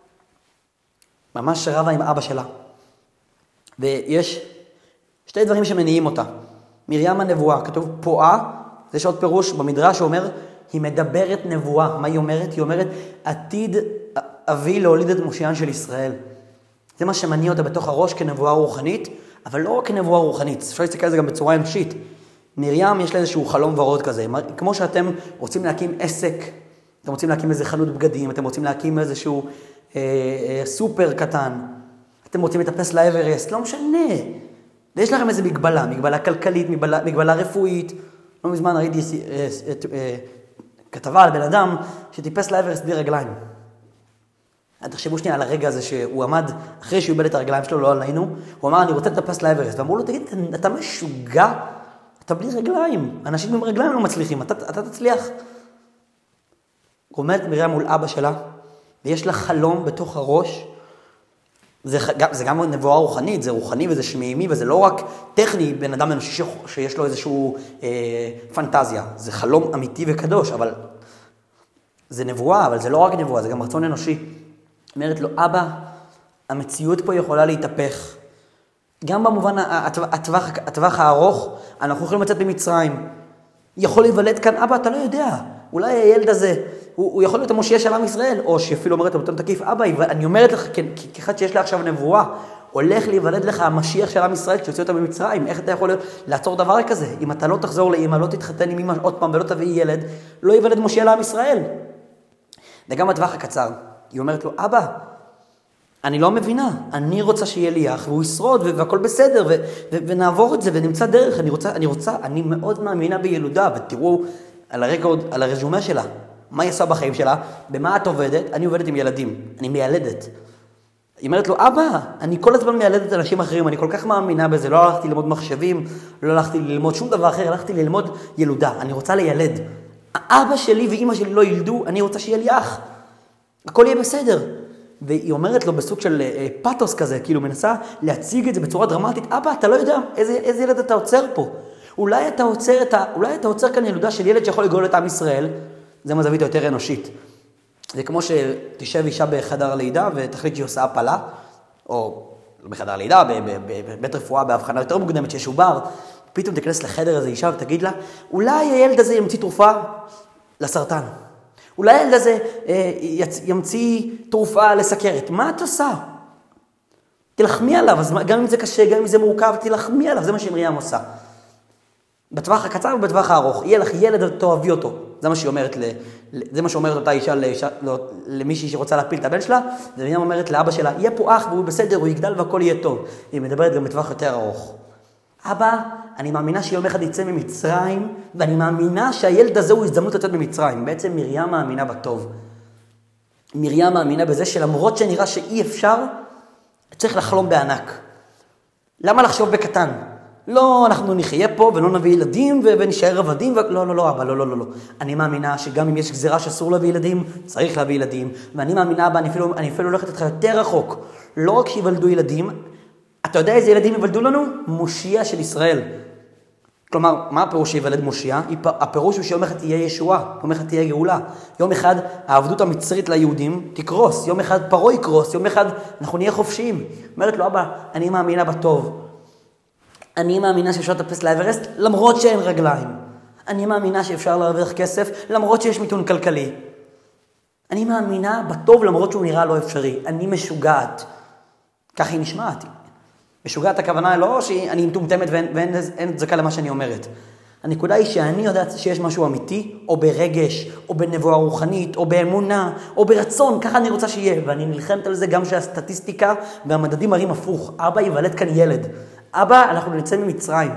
ממש רבה עם אבא שלה. ויש שתי דברים שמניעים אותה. מרים הנבואה, כתוב פועה, יש עוד פירוש במדרש שאומר, היא מדברת נבואה. מה היא אומרת? היא אומרת, עתיד אבי להוליד את מושיען של ישראל. זה מה שמניע אותה בתוך הראש כנבואה רוחנית, אבל לא רק כנבואה רוחנית, אפשר להסתכל על זה גם בצורה אנושית. מרים יש לה איזשהו חלום ורוד כזה, כמו שאתם רוצים להקים עסק, אתם רוצים להקים איזה חנות בגדים, אתם רוצים להקים איזשהו סופר קטן, אתם רוצים לטפס לאברסט, לא משנה. ויש לכם איזו מגבלה, מגבלה כלכלית, מגבלה רפואית. לא מזמן ראיתי כתבה על בן אדם שטיפס לאברסט בלי רגליים. תחשבו שנייה על הרגע הזה שהוא עמד, אחרי שהוא איבד את הרגליים שלו, לא עלינו, הוא אמר, אני רוצה לטפס לאברסט. ואמרו לו, תגיד, אתה משוגע? אתה בלי רגליים. אנשים עם רגליים לא מצליחים, אתה תצליח. עומדת מרים מול אבא שלה, ויש לה חלום בתוך הראש. זה גם נבואה רוחנית, זה רוחני וזה שמימי, וזה לא רק טכני, בן אדם אנושי שיש לו איזשהו פנטזיה. זה חלום אמיתי וקדוש, אבל זה נבואה, אבל זה לא רק נבואה, זה גם רצון אנושי. אומרת לו, אבא, המציאות פה יכולה להתהפך. גם במובן הטווח הארוך, אנחנו יכולים לצאת במצרים. יכול להיוולד כאן, אבא, אתה לא יודע. אולי הילד הזה, הוא יכול להיות המושיע של עם ישראל, או שאפילו אומרת לו, תקיף, אבא, אני אומרת לך, כאחד שיש לה עכשיו נבואה, הולך להיוולד לך המשיח של עם ישראל, שיוצא אותה במצרים. איך אתה יכול לעצור דבר כזה? אם אתה לא תחזור לאמא, לא תתחתן עם אמא עוד פעם ולא תביא ילד, לא ייוולד מושיע לעם ישראל. וגם הטווח הקצר. היא אומרת לו, אבא, אני לא מבינה, אני רוצה שיהיה לי אח, והוא ישרוד, והכל בסדר, ונעבור את זה, ונמצא דרך, אני מאוד מאמינה בילודה, ותראו על הרזומה שלה, מה היא עושה בחיים שלה, במה את עובדת? אני עובדת עם ילדים, אני מיילדת. היא אומרת לו, אבא, אני כל הזמן מיילדת אנשים אחרים, אני כל כך מאמינה בזה, לא הלכתי ללמוד מחשבים, לא הלכתי ללמוד שום דבר אחר, הלכתי ללמוד ילודה, אני רוצה לילד. האבא שלי ואמא שלי לא ילדו, אני רוצה שיהיה לי אח. הכל יהיה בסדר. והיא אומרת לו בסוג של פאטוס כזה, כאילו מנסה להציג את זה בצורה דרמטית, אבא, אתה לא יודע איזה ילד אתה עוצר פה. אולי אתה עוצר כאן ילודה של ילד שיכול לגאול את עם ישראל, זה מהזווית היותר אנושית. זה כמו שתשב אישה בחדר לידה ותחליט שהיא עושה הפלה, או לא בחדר לידה, בבית רפואה, בהבחנה יותר מוקדמת שיש עובר, פתאום תכנס לחדר הזה אישה ותגיד לה, אולי הילד הזה ימציא תרופה לסרטן. אולי הילד הזה ימציא תרופה לסכרת. מה את עושה? תלחמי עליו, אז גם אם זה קשה, גם אם זה מורכב, תלחמי עליו, זה מה שמרים עושה. בטווח הקצר ובטווח הארוך, יהיה לך ילד, תאהבי אותו. זה מה שהיא אומרת, זה מה שאומרת אותה אישה למישהי שרוצה להפיל את הבן שלה, ומרים אומרת לאבא שלה, יהיה פה אח והוא בסדר, הוא יגדל והכל יהיה טוב. היא מדברת גם בטווח יותר ארוך. אבא, אני מאמינה שיום אחד יצא ממצרים, ואני מאמינה שהילד הזה הוא הזדמנות לצאת ממצרים. בעצם מרים מאמינה בטוב. מרים מאמינה בזה שלמרות שנראה שאי אפשר, צריך לחלום בענק. למה לחשוב בקטן? לא, אנחנו נחיה פה ולא נביא ילדים ונשאר עבדים. לא, אבא, לא. אני מאמינה שגם אם יש גזירה שאסור להביא ילדים, צריך להביא ילדים. ואני מאמינה, אבא, אני אפילו הולכת איתך יותר רחוק. לא רק שיוולדו ילדים, אתה יודע איזה ילדים יוולדו לנו? מושיע של ישראל. כלומר, מה הפירוש שיוולד מושיע? הפירוש הוא שיום אחד תהיה ישועה, יום אחד תהיה גאולה. יום אחד העבדות המצרית ליהודים תקרוס, יום אחד פרעה יקרוס, יום אחד אנחנו נהיה חופשיים. אומרת לו, אבא, אני מאמינה בטוב. אני מאמינה שאפשר לטפס לאברסט למרות שאין רגליים. אני מאמינה שאפשר להרוויח כסף למרות שיש מיתון כלכלי. אני מאמינה בטוב למרות שהוא נראה לא אפשרי. אני משוגעת. כך היא נשמעת. משוגעת הכוונה לא שאני מטומטמת ואין צדקה למה שאני אומרת. הנקודה היא שאני יודעת שיש משהו אמיתי, או ברגש, או בנבואה רוחנית, או באמונה, או ברצון, ככה אני רוצה שיהיה. ואני נלחמת על זה גם שהסטטיסטיקה והמדדים מראים הפוך. אבא ייוולד כאן ילד. אבא, אנחנו נצא ממצרים.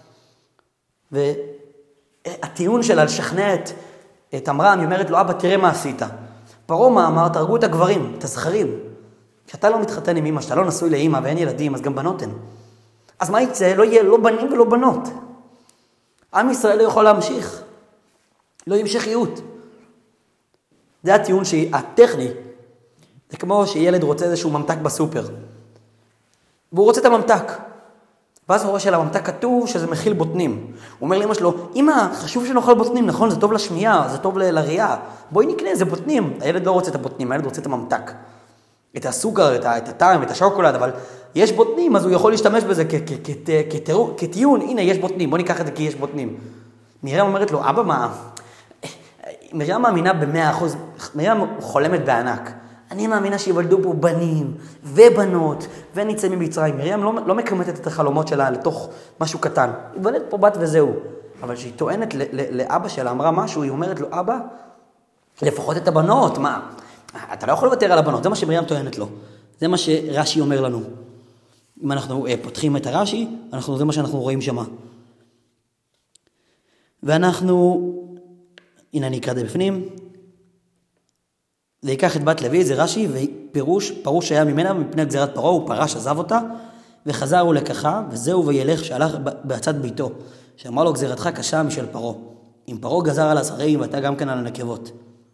והטיעון שלה לשכנע את אמרם, היא אומרת לו, אבא, תראה מה עשית. פרעה מה אמר, תרגו את הגברים, את הזכרים. כשאתה לא מתחתן עם אמא, שאתה לא נשוי לאמא ואין ילדים, אז גם בנות אין. אז מה יצא? לא יהיה לא בנים ולא בנות. עם ישראל לא יכול להמשיך. לא המשכיות. זה הטיעון הטכני. זה כמו שילד רוצה איזשהו ממתק בסופר. והוא רוצה את הממתק. ואז הוא רואה שלממתק כתוב שזה מכיל בוטנים. הוא אומר לאמא שלו, אמא, חשוב שנאכל בוטנים, נכון? זה טוב לשמיעה, זה טוב לראייה. בואי נקנה, זה בוטנים. הילד לא רוצה את הבוטנים, הילד רוצה את הממתק. את הסוכר, את הטעם, את השוקולד, אבל יש בוטנים, אז הוא יכול להשתמש בזה כטיעון. הנה, יש בוטנים, בוא ניקח את זה כי יש בוטנים. מרים אומרת לו, אבא, מה? מרים מאמינה ב100%, מרים חולמת בענק. אני מאמינה שיוולדו פה בנים ובנות ונצא ממצרים. מרים לא מקמתת את החלומות שלה לתוך משהו קטן. היא וולדת פה בת וזהו. אבל כשהיא טוענת לאבא שלה, אמרה משהו, היא אומרת לו, אבא, לפחות את הבנות, מה? אתה לא יכול לוותר על הבנות, זה מה שמרים טוענת לו. זה מה שרש"י אומר לנו. אם אנחנו פותחים את הרש"י, זה מה שאנחנו רואים שמה. ואנחנו, הנה אני אקרא את זה בפנים, ויקח את בת לוי, זה רש"י, פרוש היה ממנה מפני גזירת פרעה, הוא פרש, עזב אותה, וחזר הוא לקחה, וזהו וילך שהלך בצד ביתו, שאמר לו גזירתך קשה משל פרעה. אם פרעה גזר על הזכרים, ואתה גם כן על הנקבות.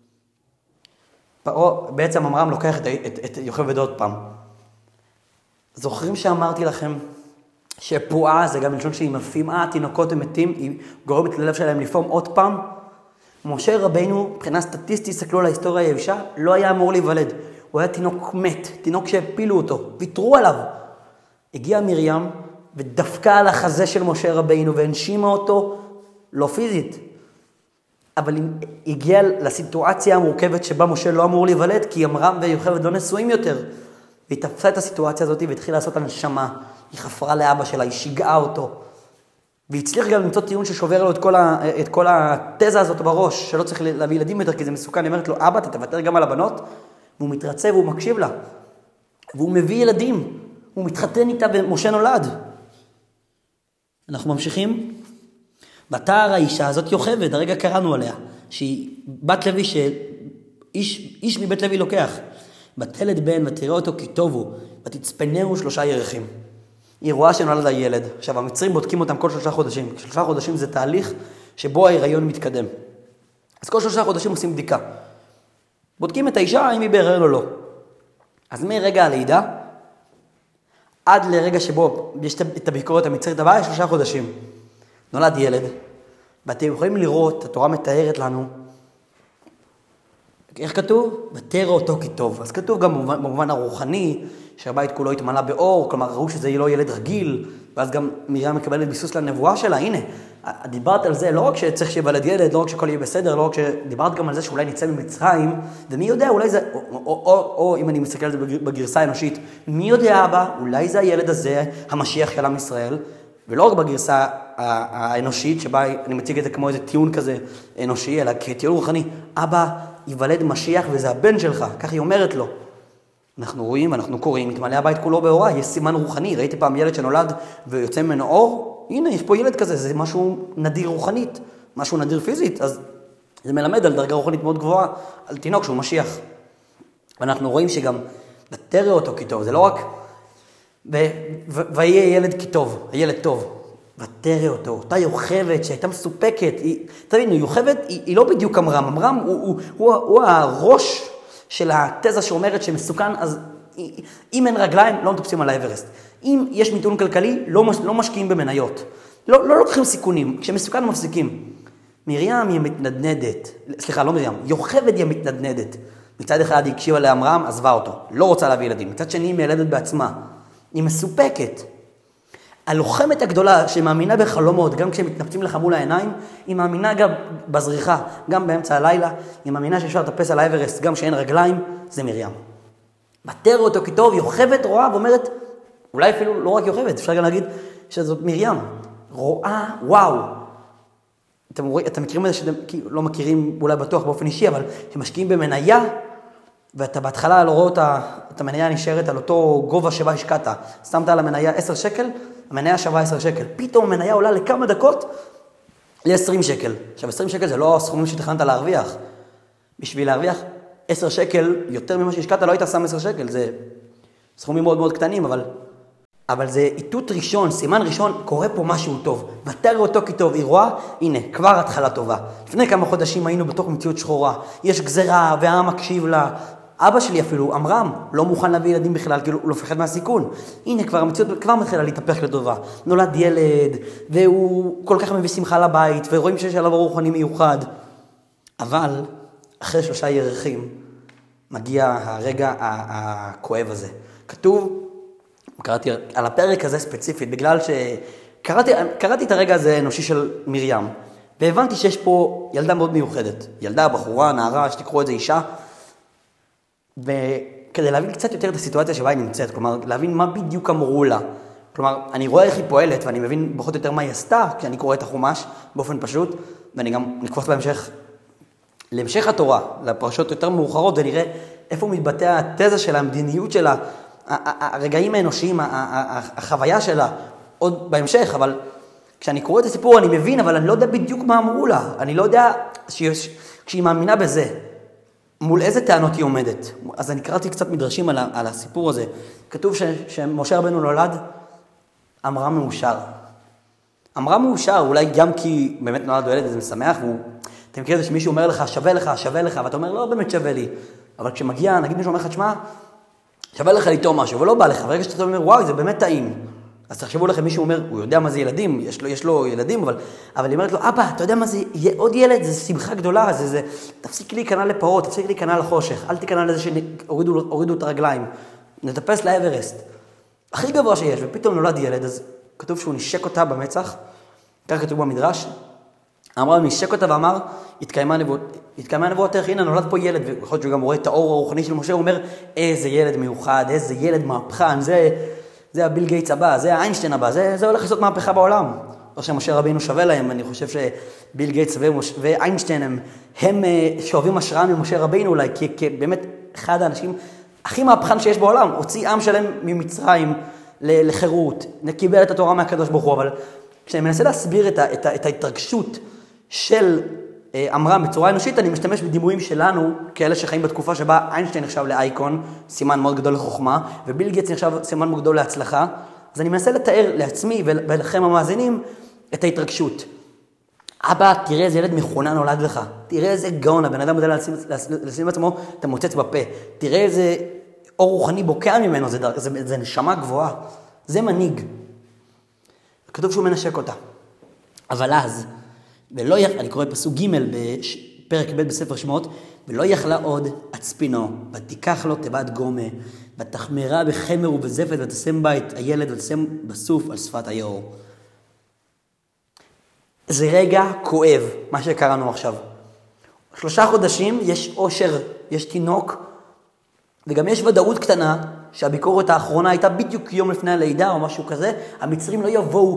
פרעה, בעצם אמרם לוקח את יוכבד עוד פעם. זוכרים שאמרתי לכם שפועה זה גם מלשון שהיא מפעימה, תינוקות הם מתים, היא גורמת ללב שלהם לפעום עוד פעם. משה רבינו, מבחינה סטטיסטית, הסתכלו על ההיסטוריה היבשה, לא היה אמור להיוולד. הוא היה תינוק מת, תינוק שהפילו אותו, ויתרו עליו. הגיעה מרים ודפקה על החזה של משה רבינו והנשימה אותו, לא פיזית. אבל היא הגיעה לסיטואציה המורכבת שבה משה לא אמור להיוולד, כי אמרם ויוכבד לא נשואים יותר. והיא תפסה את הסיטואציה הזאת והתחילה לעשות הנשמה. היא חפרה לאבא שלה, היא שיגעה אותו. והצליח גם למצוא טיעון ששובר לו את כל התזה הזאת בראש, שלא צריך להביא ילדים יותר, כי זה מסוכן. היא אומרת לו, אבא, אתה תוותר גם על הבנות? והוא מתרצה והוא מקשיב לה. והוא מביא ילדים. הוא מתחתן איתה ומשה נולד. אנחנו ממשיכים. בתאר האישה הזאת יוכבד, הרגע קראנו עליה, שהיא בת לוי, איש מבית לוי לוקח. בתלד בן ותראה אותו כי טוב הוא, ותצפנהו 3 ירחים. היא רואה שנולד הילד. עכשיו, המצרים בודקים אותם כל 3 חודשים. 3 חודשים זה תהליך שבו ההיריון מתקדם. אז כל 3 חודשים עושים בדיקה. בודקים את האישה, האם היא בהיריון או לא. אז מרגע הלידה, עד לרגע שבו יש את הביקורת המצרית הבאה, 3 חודשים. נולד ילד, ואתם יכולים לראות, התורה מתארת לנו, איך כתוב? ותראה אותו כי טוב. אז כתוב גם במובן הרוחני, שהבית כולו התמלא באור, כלומר ראו שזה לא ילד רגיל, ואז גם מרים מקבלת ביסוס לנבואה שלה. הנה, דיברת על זה, לא רק שצריך שיוולד ילד, לא רק שכל יהיה בסדר, לא רק שדיברת גם על זה שאולי נצא ממצרים, ומי יודע, אולי זה, או אם אני מסתכל על זה בגרסה האנושית, מי יודע אבא, אולי זה הילד הזה, המשיח של עם ישראל, ולא רק בגרסה האנושית, שבה אני מציג את זה כמו איזה טיעון כזה אנושי, אלא כטיעון רוחני, אבא ייוולד משיח וזה הבן שלך, כך היא אומרת לו. אנחנו רואים, אנחנו קוראים, מתמלא הבית כולו באורה, יש סימן רוחני, ראיתי פעם ילד שנולד ויוצא ממנו אור, הנה יש פה ילד כזה, זה משהו נדיר רוחנית, משהו נדיר פיזית, אז זה מלמד על דרגה רוחנית מאוד גבוהה, על תינוק שהוא משיח. ואנחנו רואים שגם ותרא אותו כי טוב, זה לא רק, ויהיה ילד כי טוב, הילד טוב, ותרא אותו, אותה יוכבת שהייתה מסופקת, תבינו, יוכבת היא לא בדיוק אמרם, אמרם הוא הראש של התזה שאומרת שמסוכן, אז אם אין רגליים, לא מטפסים על האברסט. אם יש מיתון כלכלי, לא משקיעים במניות. לא לוקחים סיכונים, כשמסוכן מפסיקים. מרים היא מתנדנדת, סליחה, לא מרים, יוכבד היא מתנדנדת. מצד אחד היא הקשיבה לאמרם, עזבה אותו, לא רוצה להביא ילדים. מצד שני היא מילדת בעצמה, היא מסופקת. הלוחמת הגדולה שמאמינה בחלומות, גם כשהם מתנפצים לך מול העיניים, היא מאמינה גם בזריחה, גם באמצע הלילה, היא מאמינה שאפשר לטפס על האברסט, גם שאין רגליים, זה מרים. ותרא אותו כי טוב, יוכבד רואה ואומרת, אולי אפילו לא רק יוכבד, אפשר גם להגיד שזאת מרים, רואה, וואו. אתם מכירים את זה שאתם לא מכירים אולי בטוח באופן אישי, אבל שמשקיעים במניה, ואתה בהתחלה לא רואה את המניה נשארת על אותו גובה שבה השקעת. שמת על המניה 10 שקל, המניה שווה 10 שקל. פתאום המניה עולה לכמה דקות ל-20 שקל. עכשיו 20 שקל זה לא הסכומים שתכננת להרוויח. בשביל להרוויח 10 שקל יותר ממה שהשקעת לא היית שם 10 שקל. זה סכומים מאוד מאוד קטנים, אבל זה איתות ראשון, סימן ראשון, קורה פה משהו טוב. ותרא אותו כי טוב, היא רואה, הנה, כבר התחלה טובה. לפני כמה חודשים היינו בתוך מציאות שחורה. יש גזרה והעם מקשיב לה. אבא שלי אפילו, אמרם, לא מוכן להביא ילדים בכלל, כאילו הוא לא פחד מהסיכון. הנה, כבר המציאות כבר מתחילה להתהפך לטובה. נולד ילד, והוא כל כך מביא שמחה לבית, ורואים שיש עליו רוחני מיוחד. אבל, אחרי 3 ירחים, מגיע הרגע הכואב הזה. כתוב, קראתי על הפרק הזה ספציפית, בגלל שקראתי את הרגע הזה אנושי של מרים, והבנתי שיש פה ילדה מאוד מיוחדת. ילדה, בחורה, נערה, שתקראו את זה אישה, וכדי להבין קצת יותר את הסיטואציה שבה היא נמצאת, כלומר, להבין מה בדיוק אמרו לה. כלומר, אני רואה איך היא פועלת, ואני מבין פחות או יותר מה היא עשתה, כשאני קורא את החומש באופן פשוט, ואני גם נקפוץ להמשך התורה, לפרשות יותר מאוחרות, ונראה איפה מתבטא התזה שלה, המדיניות שלה, הרגעים האנושיים, החוויה שלה, עוד בהמשך, אבל כשאני קורא את הסיפור אני מבין, אבל אני לא יודע בדיוק מה אמרו לה. אני לא יודע כשהיא מאמינה בזה, מול איזה טענות היא עומדת. אז אני קראתי קצת מדרשים על הסיפור הזה. כתוב שמשה רבנו נולד, אמרם מאושר. אמרם מאושר, אולי גם כי באמת נולד ילד, זה משמח, אתם מכירים את זה שמישהו אומר לך, שווה לך, ואתה אומר, לא באמת שווה לי. אבל כשמגיע, נגיד מישהו אומר לך, תשמע, שווה לך לטעום משהו, ולא בא לך, ורגע שאתה אומר, וואי, זה באמת טעים. אז תחשבו לכם, מישהו אומר, הוא יודע מה זה ילדים, יש לו ילדים, אבל היא אומרת לו, אבא, אתה יודע מה זה, עוד ילד, זה שמחה גדולה, תפסיק להיכנע לפרות, תפסיק להיכנע לחושך, אל תיכנע לזה שהורידו את הרגליים, נטפס לאברסט, הכי גבוה שיש, ופתאום נולד ילד, אז כתוב שהוא נשק אותה במצח, כך כתוב במדרש, אמרה, נשק אותה ואמר, התקיימה נבואתך, הנה נולד פה ילד, ויכול להיות שהוא גם רואה את האור הרוחני של משה, הוא אומר, איזה ילד מיוחד, איזה ילד מהפכן, זה הביל גייטס הבא, זה האיינשטיין הבא, זה הולך לעשות מהפכה בעולם. לא שמשה רבינו שווה להם, אני חושב שביל גייטס ואיינשטיין הם שואבים השראה ממשה רבינו אולי, כי באמת אחד האנשים הכי מהפכן שיש בעולם, הוציא עם שלם ממצרים לחירות, קיבל את התורה מהקדוש ברוך הוא, אבל כשאני מנסה להסביר את ההתרגשות של אמרם בצורה אנושית, אני משתמש בדימויים שלנו, כאלה שחיים בתקופה שבה איינשטיין נחשב לאייקון, סימן מאוד גדול לחוכמה, וביל גייטס נחשב סימן מאוד גדול להצלחה, אז אני מנסה לתאר לעצמי ולכם המאזינים את ההתרגשות. אבא, תראה איזה ילד מכונה נולד לך, תראה איזה גאון, הבן אדם יודע לשים עצמו, אתה מוצץ בפה, תראה איזה אור רוחני בוקע ממנו, זה נשמה גבוהה, זה מנהיג. כתוב שהוא מנשק אותה. אבל אז, אני קורא פסוק ג' בפרק ב' בספר שמות, ולא יכלה עוד עצפינו, ותיקח לו תיבת גומה, ותחמרה בחמר ובזפת, ותשם בה את הילד, ותשם בסוף על שפת היאור. זה רגע כואב, מה שקראנו עכשיו. 3 חודשים יש אושר, יש תינוק, וגם יש ודאות קטנה, שהביקורת האחרונה הייתה בדיוק יום לפני הלידה או משהו כזה, המצרים לא יבואו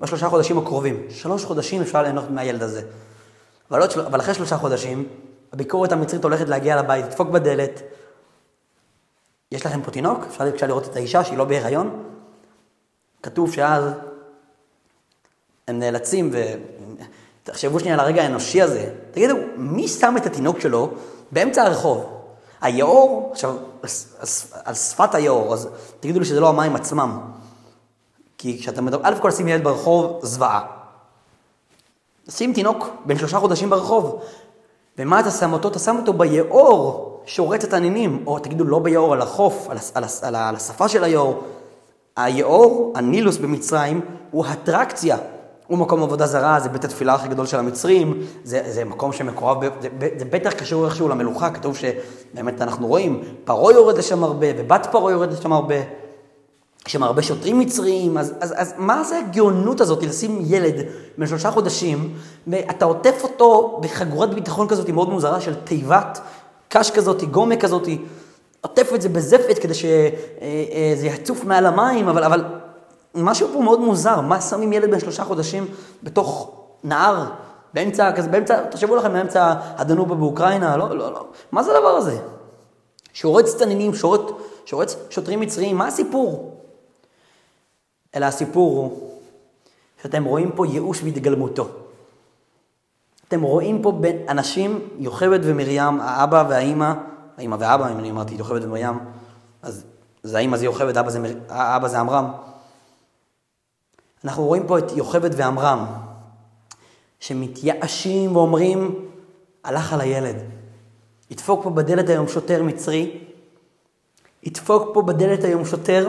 ב3 חודשים הקרובים. 3 חודשים אפשר ליהנות מהילד הזה. אבל אחרי 3 חודשים, הביקורת המצרית הולכת להגיע לבית, תדפוק בדלת. יש לכם פה תינוק? אפשר לראות את האישה שהיא לא בהיריון. כתוב שאז הם נאלצים, ותחשבו שנייה על הרגע האנושי הזה. תגידו, מי שם את התינוק שלו באמצע הרחוב? היאור, עכשיו, על שפת היאור, אז תגידו לי שזה לא המים עצמם. כי כשאתה מדבר, אלף כל שים ילד ברחוב, זוועה. שים תינוק בין 3 חודשים ברחוב. ומה אתה שם אותו? אתה שם אותו ביאור שורץ את הנינים, או תגידו לא ביאור, על החוף, על השפה של היאור. היאור, הנילוס במצרים, הוא אטרקציה. הוא מקום עבודה זרה, זה בית התפילה הכי גדול של המצרים, זה מקום שמקורב, זה בטח קשור איכשהו למלוכה, כתוב שבאמת אנחנו רואים, פרעה יורד לשם הרבה, ובת פרעה יורד לשם הרבה, יש שם הרבה שוטרים מצריים, אז מה זה הגאונות הזאת לשים ילד בין 3 חודשים, ואתה עוטף אותו בחגורת ביטחון כזאת מאוד מוזרה של תיבת קש כזאת, גומה כזאת, עוטף את זה בזפת כדי שזה יצוף מעל המים, אבל משהו פה מאוד מוזר, מה שמים ילד בין 3 חודשים בתוך נהר, באמצע, תחשבו לכם, באמצע הדנובה באוקראינה, לא, מה זה הדבר הזה? שורץ תנינים, שורץ שוטרים מצריים, מה הסיפור? אלא הסיפור הוא שאתם רואים פה ייאוש והתגלמותו. אתם רואים פה בין אנשים, יוכבד ומרים, האבא והאמא, האמא והאבא, אם אני אמרתי יוכבד ומרים, אז זה האמא זה יוכבד, האבא זה עמרם. אנחנו רואים פה את יוכבד ועמרם, שמתייאשים ואומרים, הלך על הילד. ידפוק פה בדלת היום שוטר מצרי, ידפוק פה בדלת היום שוטר,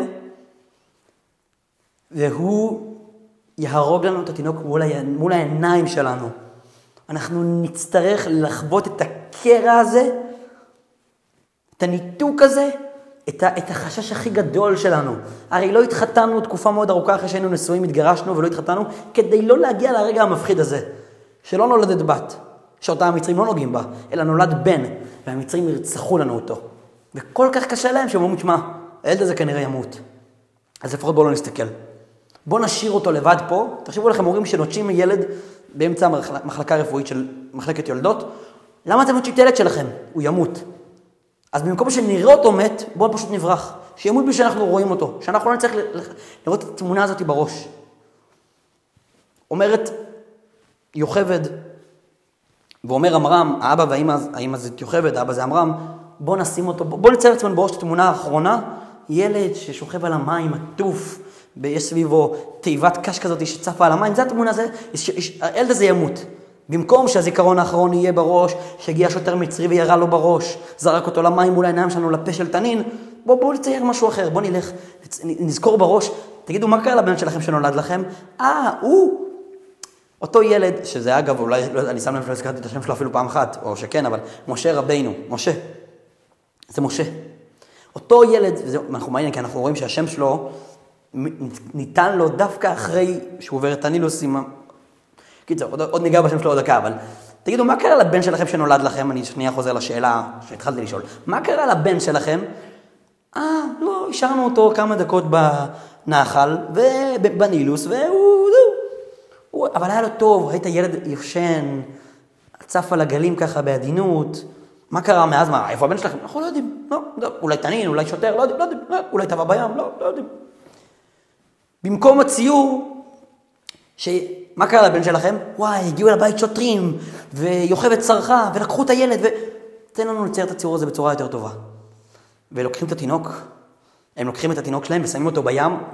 והוא יהרוג לנו את התינוק מול העיניים שלנו. אנחנו נצטרך לחוות את הקרע הזה, את הניתוק הזה, את החשש הכי גדול שלנו. הרי לא התחתנו תקופה מאוד ארוכה אחרי שהיינו נשואים, התגרשנו ולא התחתנו, כדי לא להגיע לרגע המפחיד הזה, שלא נולדת בת, שאותה המצרים לא נוגעים בה, אלא נולד בן, והמצרים ירצחו לנו אותו. וכל כך קשה להם שהם אומרים, תשמע, הילד הזה כנראה ימות. אז לפחות בואו לא נסתכל. בואו נשאיר אותו לבד פה. תחשבו לכם, הורים שנוטשים ילד באמצע מחלקה רפואית של מחלקת יולדות. למה אתם נוטשים את הילד שלכם? הוא ימות. אז במקום שנראה אותו מת, בואו פשוט נברח. שימות בלי שאנחנו רואים אותו. שאנחנו לא נצטרך לראות את התמונה הזאת בראש. אומרת יוכבד, ואומר עמרם, האבא והאמא זה יוכבד, האבא זה עמרם, בואו נשים אותו, בואו נצייר עצמנו בראש את התמונה האחרונה, ילד ששוכב על המים, עטוף, יש סביבו תיבת קש כזאת שצפה על המים, זה התמונה הזה, הילד הזה ימות. במקום שהזיכרון האחרון יהיה בראש, שהגיע שוטר מצרי וירה לו בראש, זרק אותו למים מול העיניים שלנו לפה של תנין, בואו נצייר משהו אחר, בואו נלך, נזכור בראש, תגידו מה קרה לבן שלכם שנולד לכם? הוא, אותו ילד, שזה אגב, אולי אני שם לב שלא הזכרתי את השם שלו אפילו פעם אחת, או שכן, אבל משה רבינו, משה, זה משה. אותו ילד, אנחנו מעניין, כי אנחנו רואים שהשם שלו ניתן לו דווקא אחרי שהוא עובר את הנילוס עם... קיצור, עוד ניגע בשם שלו עוד דקה, אבל תגידו, מה קרה לבן שלכם שנולד לכם? אני שנייה חוזר לשאלה שהתחלתי לשאול. מה קרה לבן שלכם? לא, השארנו אותו כמה דקות בנחל ובנילוס, אבל היה לו טוב, ראית ילד יושן, צף על הגלים ככה בעדינות. מה קרה מאז? איפה הבן שלכם? אנחנו לא יודעים. לא, אולי תנין, אולי שוטר, לא יודעים. אולי טבע בים, לא יודעים. במקום הציור, מה קרה לבן שלכם? הגיעו לבית שוטרים, ויוכבד צרחה, ולקחו את הילד, תן לנו לצייר את הציור הזה בצורה יותר טובה. ולוקחים את התינוק, הם לוקחים את התינוק שלהם ושמים אותו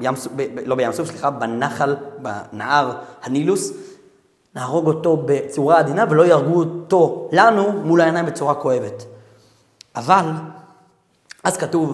בנחל, בנהר הנילוס, נהרוג אותו בצורה עדינה ולא יהרגו אותו לנו מול העיניים בצורה כואבת. אבל, אז כתוב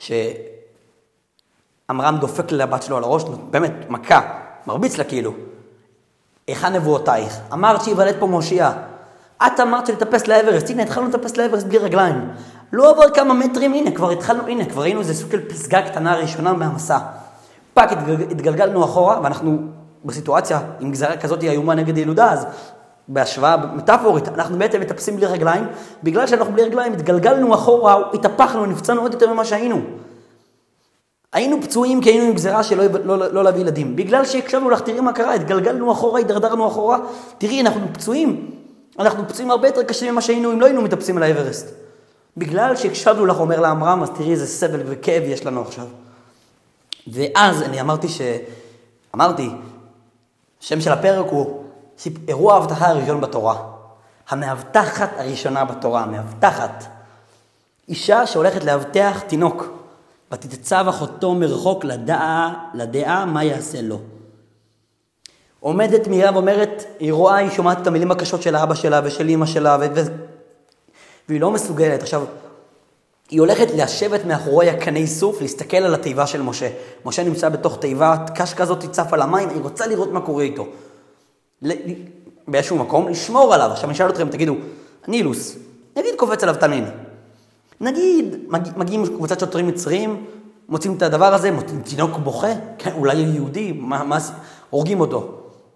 שעמרם דופק לבת שלו על הראש, באמת מכה, מרביץ לה כאילו. היכן נבואותייך? אמרת שיוולד פה מושיע. את אמרת שלטפס לאברסט, הנה התחלנו לטפס לאברסט בלי רגליים. לא עבר כמה מטרים, כבר ראינו איזה סוג של פסגה קטנה ראשונה מהמסע. פאק התגלגלנו אחורה, ואנחנו בסיטואציה עם גזרה כזאת איומה נגד ילודה, אז בהשוואה מטאפורית, אנחנו בעצם מטפסים בלי רגליים, בגלל שאנחנו בלי רגליים התגלגלנו אחורה, התהפכנו, נפצענו עוד יותר ממה שהיינו. היינו פצועים כי היינו עם גזירה לא להביא ילדים. בגלל שהקשבנו לך, תראי מה קרה, התגלגלנו אחורה, התדרדרנו אחורה. תראי, אנחנו פצועים. אנחנו פצועים הרבה יותר קשים ממה שהיינו אם לא היינו מטפסים על האברסט. בגלל שהקשבנו לך, אומר לעמרם, אז תראי איזה סבל וכאב יש לנו עכשיו. ואז אני אמרתי, השם של הפרק הוא אירוע ההבטחה הראשון בתורה. המאבטחת הראשונה בתורה, המאבטחת. אישה שהולכת להבטח תינוק. ותתצב אחותו מרחוק לדעה מה יעשה לו. עומדת מרים ואומרת, היא רואה, היא שומעת את המילים הקשות של האבא שלה ושל אמא שלה, והיא לא מסוגלת. עכשיו, היא הולכת לשבת מאחורי הקני סוף, להסתכל על התיבה של משה. משה נמצא בתוך תיבת קש כזאת, תצף על המים, היא רוצה לראות מה קורה איתו. באיזשהו מקום, לשמור עליו. עכשיו אני שאל אתכם, תגידו, נילוס, נגיד קופץ עליו תנין. נגיד, מגיעים קבוצת שוטרים מצריים, מוצאים את הדבר הזה, מוצאים תינוק בוכה, כן, אולי יהודי, הורגים אותו.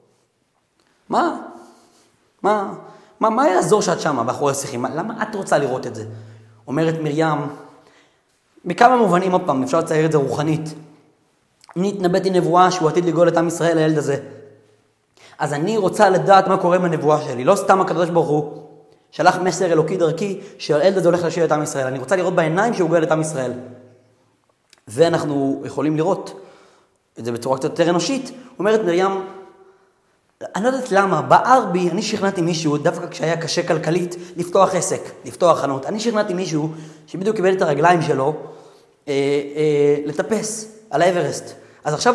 מה יעזור שאת שמה באחורי השיחים? למה את רוצה לראות את זה? אומרת מרים, בכמה מובנים, עוד פעם, אפשר לצייר את זה רוחנית. אני התנבאתי נבואה שהוא עתיד לגאול את עם ישראל, הילד הזה. אז אני רוצה לדעת מה קורה עם הנבואה שלי. לא סתם הקדוש ברוך הוא שלח מסר אלוקי דרכי, שהילד הזה הולך להשיב את עם ישראל. אני רוצה לראות בעיניים שהוא גואל את עם ישראל. ואנחנו יכולים לראות את זה בצורה קצת יותר אנושית. אומרת מרים, אני לא יודעת למה, בער בי, אני שכנעתי מישהו, דווקא כשהיה קשה כלכלית, לפתוח עסק, לפתוח חנות. אני שכנעתי מישהו שבדיוק קיבל את הרגליים שלו לטפס על האברסט. אז עכשיו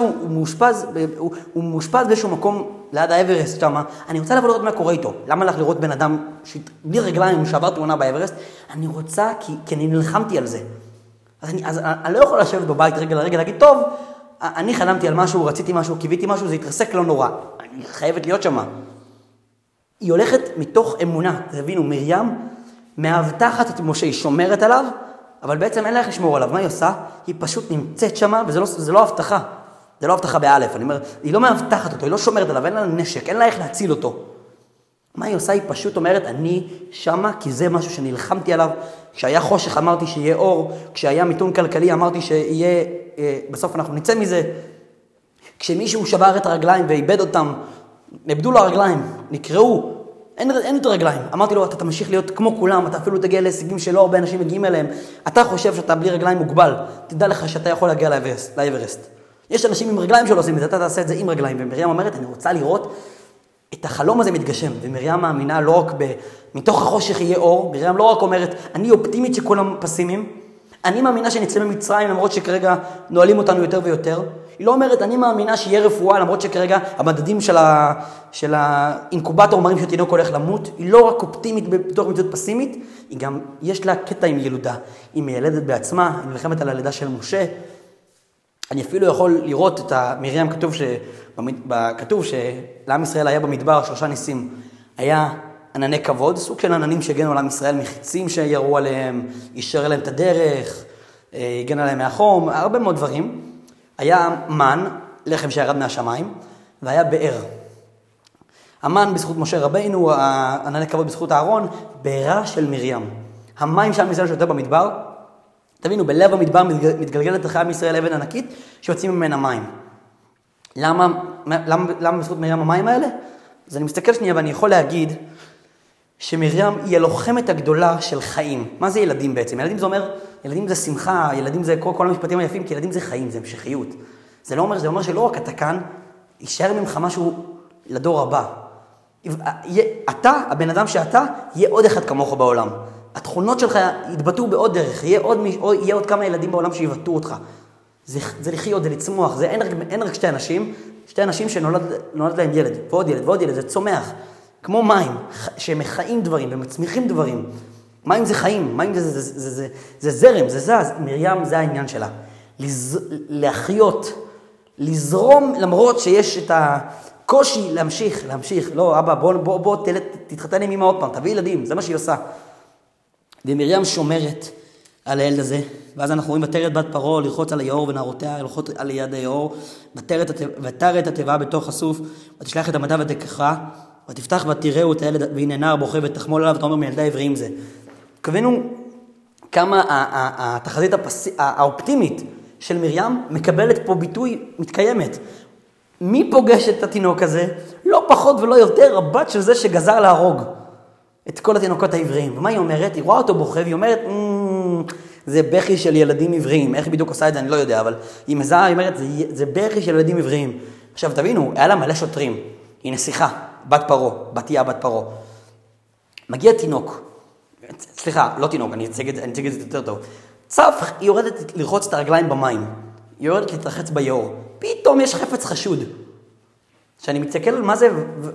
הוא מאושפז באיזשהו מקום ליד האברסט שם. אני רוצה לבוא לראות מה קורה איתו. למה לך לראות בן אדם בלי רגליים שעבר תאונה באברסט? אני רוצה כי אני נלחמתי על זה. אז אני לא יכול לשבת בבית רגע לרגע להגיד, טוב, אני חלמתי על משהו, רציתי משהו, קיוויתי משהו, זה יתרסק לא נורא. אני חייבת להיות שמה. היא הולכת מתוך אמונה. תבינו, מרים מאבטחת את משה, היא שומרת עליו, אבל בעצם אין לה איך לשמור עליו. מה היא עושה? היא פשוט נמצאת שמה, וזה לא הבטחה. זה לא הבטחה באלף. אני אומר, היא לא מאבטחת אותו, היא לא שומרת עליו, אין לה נשק, אין לה איך להציל אותו. מה היא עושה? היא פשוט אומרת, אני שמה כי זה משהו שנלחמתי עליו. כשהיה חושך אמרתי שיהיה אור, כשהיה מיתון כלכלי אמרתי שיהיה, בסוף אנחנו נצא מזה. כשמישהו שבר את הרגליים ואיבד אותם, נאבדו לו הרגליים, נקראו, אין יותר רגליים. אמרתי לו, אתה תמשיך להיות כמו כולם, אתה אפילו תגיע להישגים שלא הרבה אנשים מגיעים אליהם. אתה חושב שאתה בלי רגליים מוגבל, תדע לך שאתה יכול להגיע לאברסט. יש אנשים עם רגליים שלא עושים את זה, אתה תעשה את זה עם רגליים. ומרים אומרת, אני רוצה לראות את החלום הזה מתגשם. ומרים מאמינה לא רק מתוך החושך יהיה אור. מרים לא רק אומרת, אני אופטימית שכולם פסימיים. אני מאמינה שנצא ממצרים למרות שכרגע נועלים אותנו יותר ויותר. היא לא אומרת, אני מאמינה שיהיה רפואה למרות שכרגע המדדים של האינקובטור מראים שתינוק הולך למות. היא לא רק אופטימית בתוך מציאות פסימית, היא גם, יש לה קטע עם ילודה. היא מיילדת בעצמה, היא נלחמת על הלידה של משה. אני אפילו יכול לראות את מרים, כתוב שלעם ישראל היה במדבר 3 ניסים. היה ענני כבוד, סוג של עננים שהגנו על עם ישראל, מחיצים שירו עליהם, אישר להם את הדרך, הגן עליהם מהחום, הרבה מאוד דברים. היה מן, לחם שירד מהשמיים, והיה באר. המן בזכות משה רבינו, ענני כבוד בזכות אהרון, בארה של מרים. המים שעם ישראל שותה במדבר, תבינו, בלב המדבר מתגלגלת אחרי עם ישראל אבן ענקית, שיוצאים ממנה מים. למה בזכות מרים המים האלה? אז אני מסתכל שנייה ואני יכול להגיד שמרים היא הלוחמת הגדולה של חיים. מה זה ילדים בעצם? ילדים זה אומר, ילדים זה שמחה, ילדים זה כל המשפטים היפים, כי ילדים זה חיים, זה המשכיות. זה אומר שלא רק אתה כאן, יישאר ממך משהו לדור הבא. אתה, הבן אדם שאתה, יהיה עוד אחד כמוך בעולם. התכונות שלך יתבטאו בעוד דרך, יהיה עוד כמה ילדים בעולם שיבטאו אותך. זה לחיות, זה לצמוח, אין רק שתי אנשים שנולד להם ילד, ועוד ילד ועוד ילד, זה צומח. כמו מים, שמחיים דברים ומצמיחים דברים. מים זה חיים, מים זה זרם, זה זז. מרים זה העניין שלה. להחיות, לזרום למרות שיש את הקושי להמשיך. לא, אבא, בוא תתחתן עם אמא עוד פעם, תביא ילדים, זה מה שהיא עושה. ומרים שומרת על הילד הזה, ואז אנחנו רואים ותרת בת פרעה לרחוץ על היאור ונערותיה לרחוץ על יד היאור, ותרא את התיבה בתוך הסוף, ותשלח את המטה ותקחה, ותפתח ותראו את הילד, והנה נער בוכה ותחמול עליו, ואתה אומר מילדי עבריים זה. כוונו כמה התחזית האופטימית של מרים מקבלת פה ביטוי מתקיימת. מי פוגש את התינוק הזה? לא פחות ולא יותר הבת של זה שגזר להרוג את כל התינוקות העבריים. ומה היא אומרת? היא רואה אותו בוכה והיא אומרת, זה בכי של ילדים עבריים. איך בדיוק עושה את זה אני לא יודע, אבל היא מזהה, היא אומרת, זה בכי של ילדים עבריים. עכשיו תבינו, היה לה מלא שוטרים. היא נסיכה, בת פרו, בתיה בת פרו. מגיע תינוק. סליחה, לא תינוק, אני אציג את זה יותר טוב. צף, היא יורדת לרחוץ את הרגליים במים. היא יורדת להתרחץ ביאור. פתאום יש חפץ חשוד. שאני מתסכל על מה זה,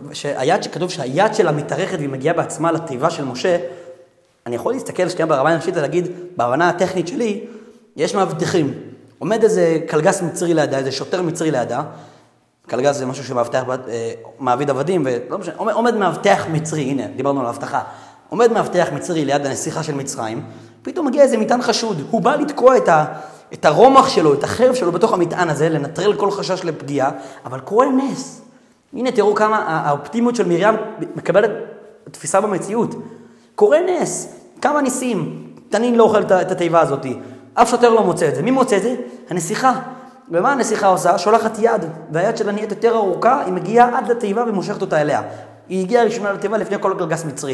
שכתוב שהיד שלה מתארכת והיא מגיעה בעצמה לתיבה של משה, אני יכול להסתכל שנייה ברמה האנושית ולהגיד, בהבנה הטכנית שלי, יש מאבטחים. עומד איזה קלגס מצרי לידה, איזה שוטר מצרי לידה, קלגס זה משהו שמאבטח, מעביד עבדים, ולא משנה, עומד מאבטח מצרי, הנה, דיברנו על האבטחה, עומד מאבטח מצרי ליד הנסיכה של מצרים, פתאום מגיע איזה מטען חשוד, הוא בא לתקוע את הרומח שלו, את החרב שלו בתוך המטען הזה, לנטרל כל חשש לפגיעה, אבל קורה נס. הנה תראו כמה האופטימיות של מרים מקבלת תפיסה במציאות. קורה נס, כמה ניסים. תנין לא אוכל את התיבה הזאת. אף שוטר לא מוצא את זה. מי מוצא את זה? הנסיכה. ומה הנסיכה עושה? שולחת יד, והיד שלה נהיית יותר ארוכה, היא מגיעה עד לתיבה ומושכת אותה אליה. היא הגיעה ראשונה לתיבה לפני כל קלגס מצרי.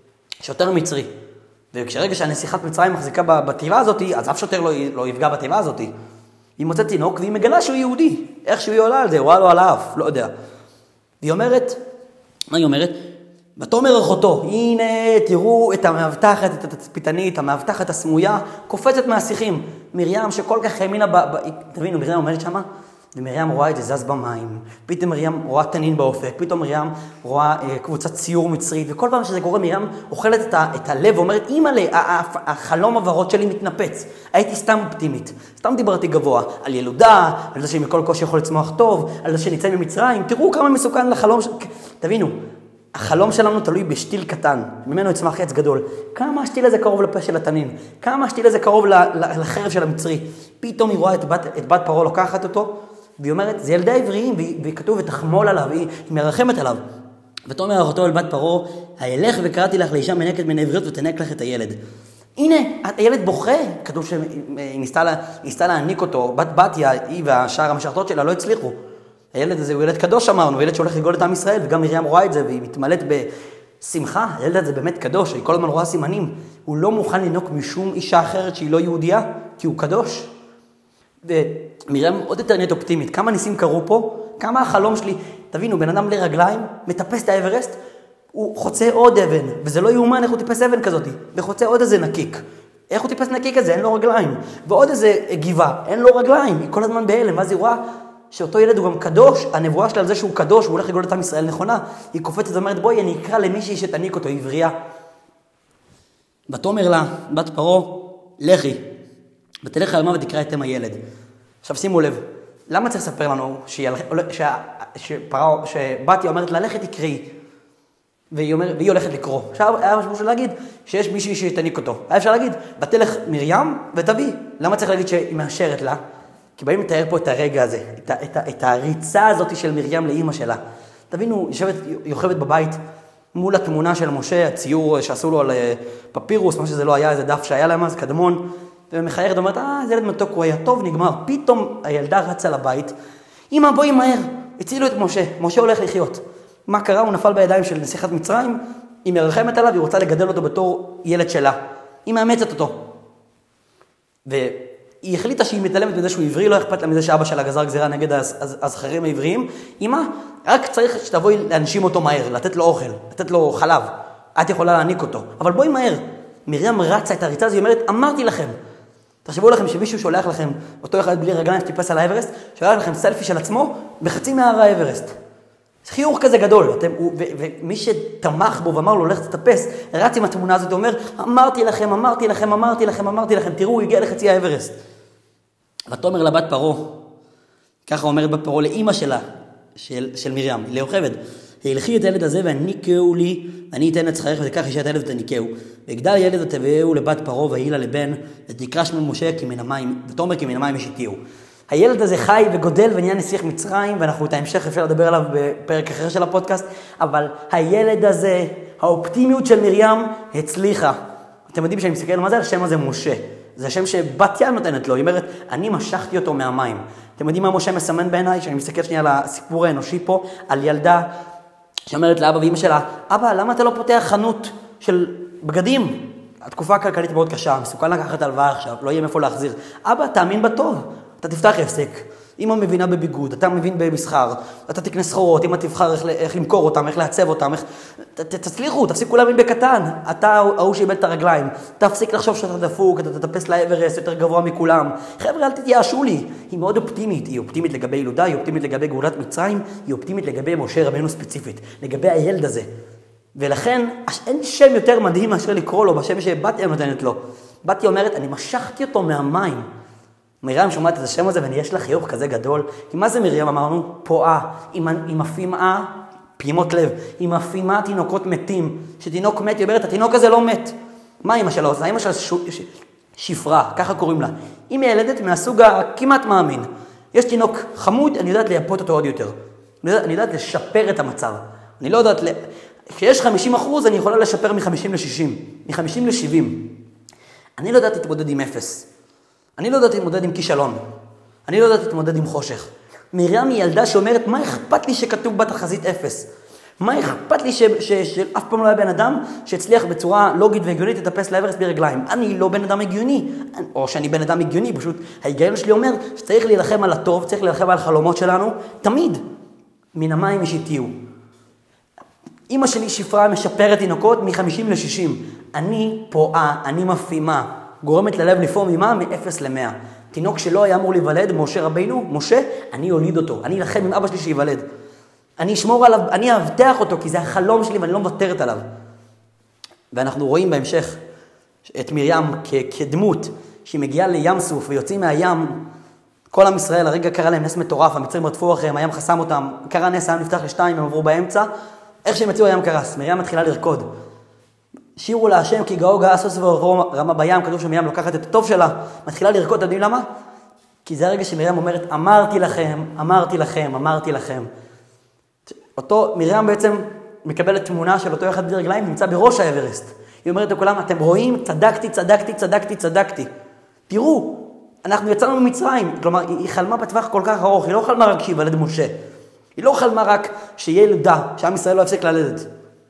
שוטר מצרי. וכשרגע שהנסיכת מצרים מחזיקה בתיבה הזאת, אז אף שוטר לא יפגע בתיבה הזאת. היא מוצאת תינוק והיא מגלה שהוא יהודי. איך שהוא עולה על זה, הוא עלה לו על האף, לא יודע. והיא אומרת, מה היא אומרת? ותאמר אחותו, הנה תראו את המאבטחת, את התצפיתנית, המאבטחת הסמויה, קופצת מהשיחים. מרים שכל כך האמינה, תבינו, מרים אומרת שמה, ומרים רואה את זה זז במים, פתאום מרים רואה תנין באופק, פתאום מרים רואה קבוצת ציור מצרית, וכל פעם שזה קורה מרים אוכלת את הלב ואומרת, אימא'לה, החלום הוורוד שלי מתנפץ, הייתי סתם אופטימית, סתם דיברתי גבוה, על ילודה, על זה שמכל קושי יכול לצמוח טוב, על זה שנצא ממצרים, תראו כמה מסוכן לחלום, תבינו, החלום שלנו תלוי בשתיל קטן, ממנו יצמח עץ גדול. כמה השתיל הזה קרוב לפה של התנין? כמה השתיל הזה קרוב לחרב של המצרי? פתאום היא רואה את בת פרעה לוקחת אותו, והיא אומרת, זה ילדי העבריים, והיא כתוב ותחמול עליו, היא מרחמת עליו. ותאמר אחותו אל בת פרעה, הילך וקראתי לך לאישה מנקת מן העבריות ותנק לך את הילד. הנה, הילד בוכה, כתוב שהיא ניסתה להעניק אותו, בתיה, היא והשאר המשרתות שלה לא הצליחו. הילד הזה הוא ילד קדוש אמרנו, הוא ילד שהולך לגאול את עם ישראל, וגם מרים רואה את זה, והיא מתמלאת בשמחה, הילד הזה באמת קדוש, היא כל הזמן רואה סימנים, הוא לא מוכן לנוק משום אישה אחרת שהיא לא יהודייה, כי הוא קדוש. ומרים עוד יותר נהיית אופטימית, כמה ניסים קרו פה, כמה החלום שלי, תבינו, בן אדם בלי רגליים, מטפס את האברסט, הוא חוצה עוד אבן, וזה לא יאומן איך הוא טיפס אבן כזאת, וחוצה עוד איזה נקיק. איך הוא טיפס נקיק הזה? אין לו רגליים. ועוד איזה גבעה, אין לו רגליים, היא כל הזמן בהלם, ואז היא רואה שאותו ילד הוא גם קדוש, הנבואה שלה על זה שהוא קדוש, הוא הולך לגאול את עם ישראל נכונה, היא קופצת ואומרת, בואי, אני אקרא למישהי שתניק אותו, עברייה. ותאמר לה, בת פרעה, לכי, ותלך על מה ותקרא את אם הילד. עכשיו שימו לב, למה צריך לספר לנו שבתיה אומרת לה, לכי תקראי, והיא הולכת לקרוא. עכשיו היה משהו של להגיד שיש מישהי שתניק אותו. היה אפשר להגיד, ותלך מרים ותביא. למה צריך להגיד שהיא מאשרת לה? כי באים לתאר פה את הרגע הזה, את הריצה הזאת של מרים לאמא שלה. תבינו, יושבת בבית מול התמונה של משה, הציור שעשו לו על פפירוס, מה שזה לא היה, איזה דף שהיה להם אז, קדמון, ומחיירת ואומרת, זה ילד מתוק, הוא היה טוב, נגמר. פתאום הילדה רצה לבית, אמא בואי מהר, הצילו את משה, משה הולך לחיות. מה קרה? הוא נפל בידיים של נסיכת מצרים, היא מרחמת עליו, היא רוצה לגדל אותו בתור ילד שלה. היא מאמצת אותו. היא החליטה שהיא מתעלמת מזה שהוא עברי, לא אכפת לה מזה שאבא שלה גזר גזירה נגד הזכרים העבריים. אמא, רק צריך שתבואי להנשים אותו מהר, לתת לו אוכל, לתת לו חלב. את יכולה להעניק אותו. אבל בואי מהר. מרים רצה את הריצה, אז היא אומרת, אמרתי לכם. תחשבו לכם שמישהו שולח לכם, אותו אחד בלי רגליים שטיפס על האברסט, שולח לכם סלפי של עצמו בחצי מהר האברסט. זה חיוך כזה גדול. ומי שתמך בו ואמר לו, הולך לטפס, רץ עם התמונה הזאת, אומר, אמרתי לכם, אמרתי לכם, אמרתי לכם, אמרתי לכם, תראו, הוא הגיע לחצי האברסט. ותאמר לה בת פרעה, ככה אומרת בת פרעה לאמא שלה, של מרים, ליוכבד, הלכי את הילד הזה והניקהו לי, ואני אתן את שכרך ותיקח אישה את הילד ותניקהו. והגדל ילד ותביאהו לבת פרעה והיא לה לבן, ותקרא שמו משה כי מן המים, ותאמר כי מן המים ישתיהו. הילד הזה חי וגודל ונהיה נסיך מצרים, ואנחנו את ההמשך אפשר לדבר עליו בפרק אחר של הפודקאסט, אבל הילד הזה, האופטימיות של מרים הצליחה. אתם יודעים שאני מסתכל מה זה? השם הזה משה. זה השם שבתיה נותנת לו. היא אומרת, אני משכתי אותו מהמים. אתם יודעים מה משה מסמן בעיניי? שאני מסתכל שנייה על הסיפור האנושי פה, על ילדה שאומרת לאבא ואמא שלה, אבא, למה אתה לא פותח חנות של בגדים? התקופה הכלכלית מאוד קשה, מסוכן לקחת הלוואה עכשיו, לא יהיה מאיפה להחזיר. אבא, תאמין בטוב, אתה תפתח עסק. אמא מבינה בביגוד, אתה מבין במסחר, אתה תקנה סחורות, אמא תבחר איך למכור אותם, איך לעצב אותם, תצליחו, תפסיקו להאמין בקטן. אתה ההוא שאיבד את הרגליים, תפסיק לחשוב שאתה דפוק, אתה תטפס לאברסט יותר גבוה מכולם. חבר'ה, אל תתייאשו לי. היא מאוד אופטימית, היא אופטימית לגבי ילודה, היא אופטימית לגבי גאולת מצרים, היא אופטימית לגבי משה רבנו ספציפית, לגבי הילד הזה. ולכן אין שם יותר מדהים מאשר לקרוא לו בשם שבתיה נותנת לו. בתיה אומרת, אני משכתי אותו מהמים. מרים שומעת את השם הזה ויש לה חיוך כזה גדול. כי מה זה מרים? אמרנו, פועה. היא מפימה פעימות לב. היא מפימה תינוקות מתים. שתינוק מת, היא אומרת, התינוק הזה לא מת. מה אמא שלה עושה? אמא שלה שפרה, ככה קוראים לה. היא מיילדת מהסוג הכמעט מאמין. יש תינוק חמוד, אני יודעת לייפות אותו עוד יותר. אני יודעת לשפר את המצב. אני לא יודעת... כשיש 50%, אני יכולה לשפר מ-50 ל-60, מ-50 ל-70. אני לא יודעת להתמודד עם 0. אני לא יודעת להתמודד עם כישלון. אני לא יודעת להתמודד עם חושך. מרים היא ילדה שאומרת, מה אכפת לי שכתוב בתחזית 0? מה אכפת לי שאף פעם לא היה בן אדם שהצליח בצורה לוגית והגיונית לטפס לאברסט ברגליים? אני לא בן אדם הגיוני, או שאני בן אדם הגיוני, פשוט ההיגיון שלי אומר שצריך להילחם על הטוב, צריך להילחם על החלומות שלנו, תמיד. מן המים ישיתיהו. אמא שלי שפרה משפרת תינוקות מ-50 ל-60. אני פועה, אני מפימה, גורמת ללב לפעום ממה מ-0 ל-100. תינוק שלא היה אמור להיוולד, משה רבינו, משה, אני הוליד אותו. אני אלחם עם אבא שלי שיוולד. אני אשמור עליו, אני אבטח אותו, כי זה החלום שלי ואני לא מוותרת עליו. ואנחנו רואים בהמשך את מרים כדמות שהיא מגיעה לים סוף ויוצאים מהים. כל עם ישראל, הרגע קרה להם נס מטורף, המצרים רדפו אחריהם, הים חסם אותם, קרה נס, הים נפתח לשתיים, הם עברו באמצע. איך שהם יצאו הים קרס, מרים מתחילה לרקוד. שירו לה השם כי גאו גאה סוס ורמה בים, כתוב שמרים לוקחת את הטוב שלה, מתחילה לרקוד, אתם יודעים למה? כי זה הרגע שמרים אומרת, אמרתי לכם, אמרתי לכם, אמרתי לכם. אותו מרים בעצם מקבלת תמונה של אותו אחד בלי רגליים, נמצא בראש האברסט. היא אומרת לכולם, אתם רואים? צדקתי, צדקתי, צדקתי, צדקתי. תראו, אנחנו יצאנו ממצרים. כלומר, היא חלמה בטווח כל כך ארוך, היא לא חלמה רק שיוולד משה. היא לא חלמה רק שיהיה ילדה, שעם ישראל לא יפסיק ללדת.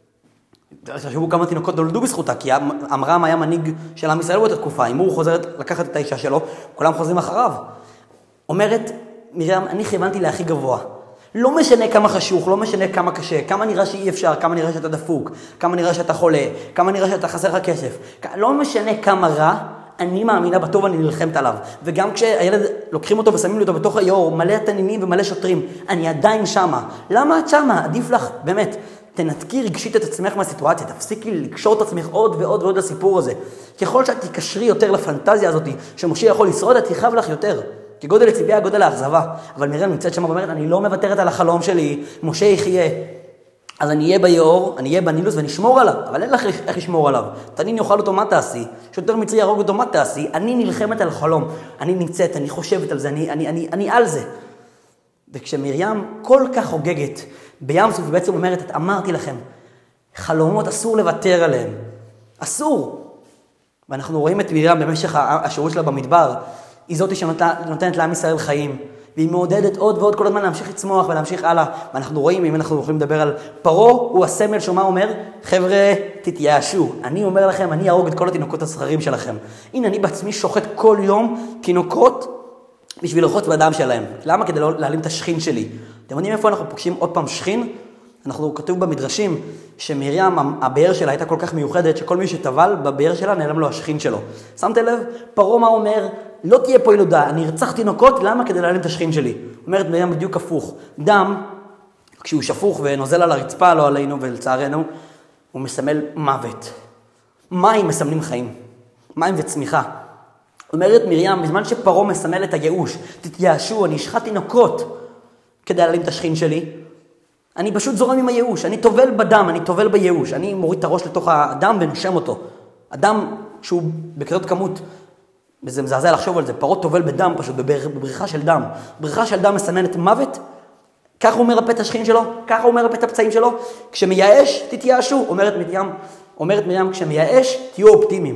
תחשבו כמה תינוקות נולדו בזכותה, כי אמרם היה מנהיג של עם ישראל באותה תקופה. אם הוא חוזר לקחת את האישה שלו, כולם חוזרים אחריו. אומרת מרים, אני כיוונתי להכי גבוה. לא משנה כמה חשוך, לא משנה כמה קשה, כמה נראה שאי אפשר, כמה נראה שאתה דפוק, כמה נראה שאתה חולה, כמה נראה שאתה חסר לך כסף. לא משנה כמה רע, אני מאמינה בטוב, אני נלחמת עליו. וגם כשהילד לוקחים אותו ושמים לי אותו בתוך היור, מלא תנינים ומלא שוטרים, אני עדיין שמה. למה את שמה? עדיף לך, באמת, תנתקי רגשית את עצמך מהסיטואציה, תפסיקי לקשור את עצמך עוד ועוד ועוד לסיפור הזה. ככל שאת תקשרי יותר לפנטזיה הזאת, שמשה יכול לשרוד, את יכאב לך יותר. כי גודל הציפייה, גודל האכזבה. אבל מרים נמצאת שם ואומרת, אני לא מוותרת על החלום שלי, משה יחיה. אז אני אהיה ביור, אני אהיה בנילוס ואני אשמור עליו. אבל אין לך איך לשמור עליו. תנין יאכל אותו, מה תעשי? שוטר מצרי יהרוג אותו, מה תעשי? אני נלחמת על חלום. אני נמצאת, אני חושבת על זה, אני על זה. וכשמרים כל כך חוגגת, בים סוף בעצם אומרת, אמרתי לכם, חלומות אסור לוותר עליהם. אסור. ואנחנו רואים את מרים במשך השירות שלה במדבר. היא זאת שנותנת לעם ישראל חיים. והיא מעודדת עוד ועוד כל הזמן להמשיך לצמוח ולהמשיך הלאה. ואנחנו רואים, אם אנחנו יכולים לדבר על פרו, הוא הסמל שמה אומר, חבר'ה, תתייאשו. אני אומר לכם, אני ארוג את כל התינוקות הסחרים שלכם. הנה, אני בעצמי שוחט כל יום תינוקות בשביל לרחוץ בדם שלהם. למה? כדי לא להעלים את השכין שלי. אתם יודעים איפה אנחנו פוגשים עוד פעם שכין? אנחנו כתוב במדרשים שמרים, הבאר שלה הייתה כל כך מיוחדת, שכל מי שטבל בבאר שלה נעלם לו השכין שלו. שמתם לב? פרו מה אומר? לא תהיה פה ילודה, אני ארצח תינוקות, למה? כדי להעלים את השכין שלי. אומרת מרים בדיוק הפוך. דם, כשהוא שפוך ונוזל על הרצפה, לא עלינו ולצערנו, הוא מסמל מוות. מים מסמלים חיים. מים וצמיחה. אומרת מרים, בזמן שפרו מסמל את הייאוש, תתייאשו, אני אשחט תינוקות כדי להעלים את השכין שלי. אני פשוט זורם עם הייאוש, אני טובל בדם, אני טובל בייאוש, אני מוריד את הראש לתוך הדם ונושם אותו. אדם שהוא בכזאת כמות, וזה מזעזע לחשוב על זה, פרות טובל בדם פשוט, בבריחה של דם. בריחה של דם מסמנת מוות, ככה הוא מרפא את השכין שלו, ככה הוא מרפא את הפצעים שלו. כשמייאש, תתייאשו, אומרת מרים, כשמייאש, תהיו אופטימיים.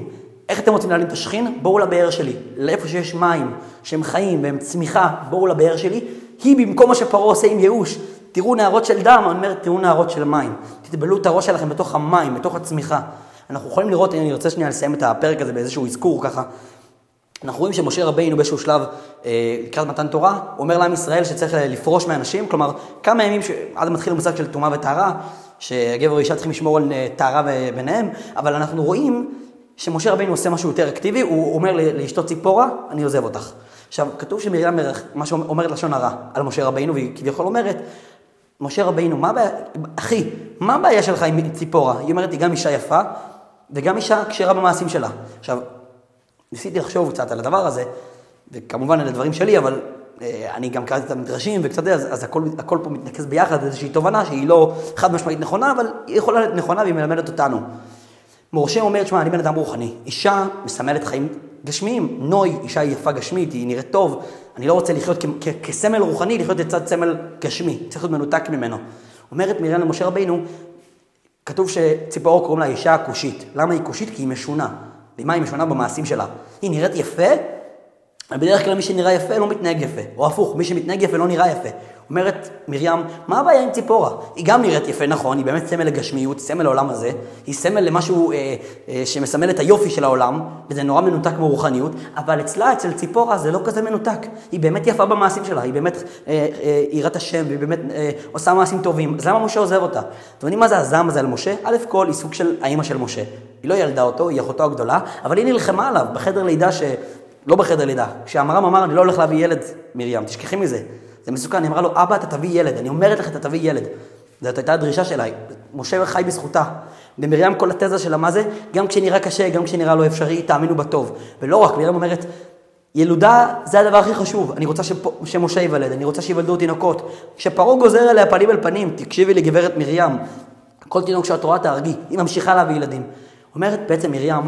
איך אתם רוצים להעלים את השכין? בואו לבאר שלי. לאיפה שיש מים, שהם חיים והם צמיחה, בואו לבאר שלי. היא במקום מה שפרעה עושה עם ייאוש. תראו נהרות של דם, אני אומר, תראו נהרות של מים. תטבלו את הראש שלכם בתוך המים, בתוך הצמיחה. אנחנו יכולים לראות, אני רוצה שנייה לסיים את הפרק הזה באיזשהו אזכור ככה. אנחנו רואים שמשה רבינו באיזשהו שלב, לקראת מתן תורה, הוא אומר לעם ישראל שצריך לפרוש מאנשים, כלומר, כמה ימים עד מתחיל המושג של טומאה וטהרה, שגבר ואישה צריכים לשמור על טהרה ביניהם, אבל אנחנו רואים שמשה רבינו עושה משהו יותר אקטיבי, הוא אומר לאשתו ציפורה, אני עוזב אותך. עכשיו, כתוב שמרים מה שאומרת לשון הרע על משה רבינו, והיא כביכול אומרת, משה רבינו, אחי, מה הבעיה שלך עם ציפורה? היא אומרת, היא גם אישה יפה, וגם אישה כשרה במעשים שלה. עכשיו, ניסיתי לחשוב קצת על הדבר הזה, וכמובן על הדברים שלי, אבל אני גם קראתי את המדרשים וקצת, אז הכל פה מתנקז ביחד, איזושהי תובנה שהיא לא חד משמעית נכונה, אבל היא יכולה להיות נכונה והיא מלמדת אותנו. משה אומר, תשמע, אני בן אדם רוחני, אישה מסמלת חיים גשמיים, נוי, אישה היא יפה גשמית, היא נראית טוב, אני לא רוצה לחיות כסמל רוחני, לחיות לצד סמל גשמי, צריך להיות מנותק ממנו. אומרת מרים למשה רבינו, כתוב שציפורה קוראים לה אישה כושית. למה היא כושית? כי היא משונה. ומה היא משונה במעשים שלה? היא נראית יפה, ובדרך כלל מי שנראה יפה לא מתנהג יפה. או הפוך, מי שמתנהג יפה לא נראה יפה. אומרת מרים, מה הבעיה עם ציפורה? היא גם נראית יפה, נכון, היא באמת סמל לגשמיות, סמל לעולם הזה, היא סמל למשהו שמסמל את היופי של העולם, וזה נורא מנותק מרוחניות, אבל אצל ציפורה זה לא כזה מנותק. היא באמת יפה במעשים שלה, היא באמת יראת השם, והיא באמת עושה מעשים טובים. אז למה משה עוזב אותה? אתם יודעים מה זה הזעם הזה על משה? א' כל, היא סוג של האמא של משה. היא לא ילדה אותו, היא אחותו הגדולה, אבל היא נלחמה עליו בחדר לידה לא בחדר לידה. כשהמר"ם אמר, אני לא הולך להביא ילד, מרים, תשכחי מזה. זה מסוכן, אני אמרה לו, אבא, אתה תביא ילד, אני אומרת לך, אתה תביא ילד. זאת הייתה הדרישה שלה, משה חי בזכותה. ומרים כל התזה שלה, מה זה? גם כשנראה קשה, גם כשנראה לא אפשרי, תאמינו בטוב. ולא רק, מרים אומרת, ילודה זה הדבר הכי חשוב. אני רוצה שמשה ייוולד, אני רוצה שיוולדו תינוקות. כשפרעה גוזר עליה פנים אל פנים, תקשיבי לי גברת מרים, כל תינוק שאת רואה תהרגי, היא ממשיכה להביא ילדים. אומרת בעצם מרים,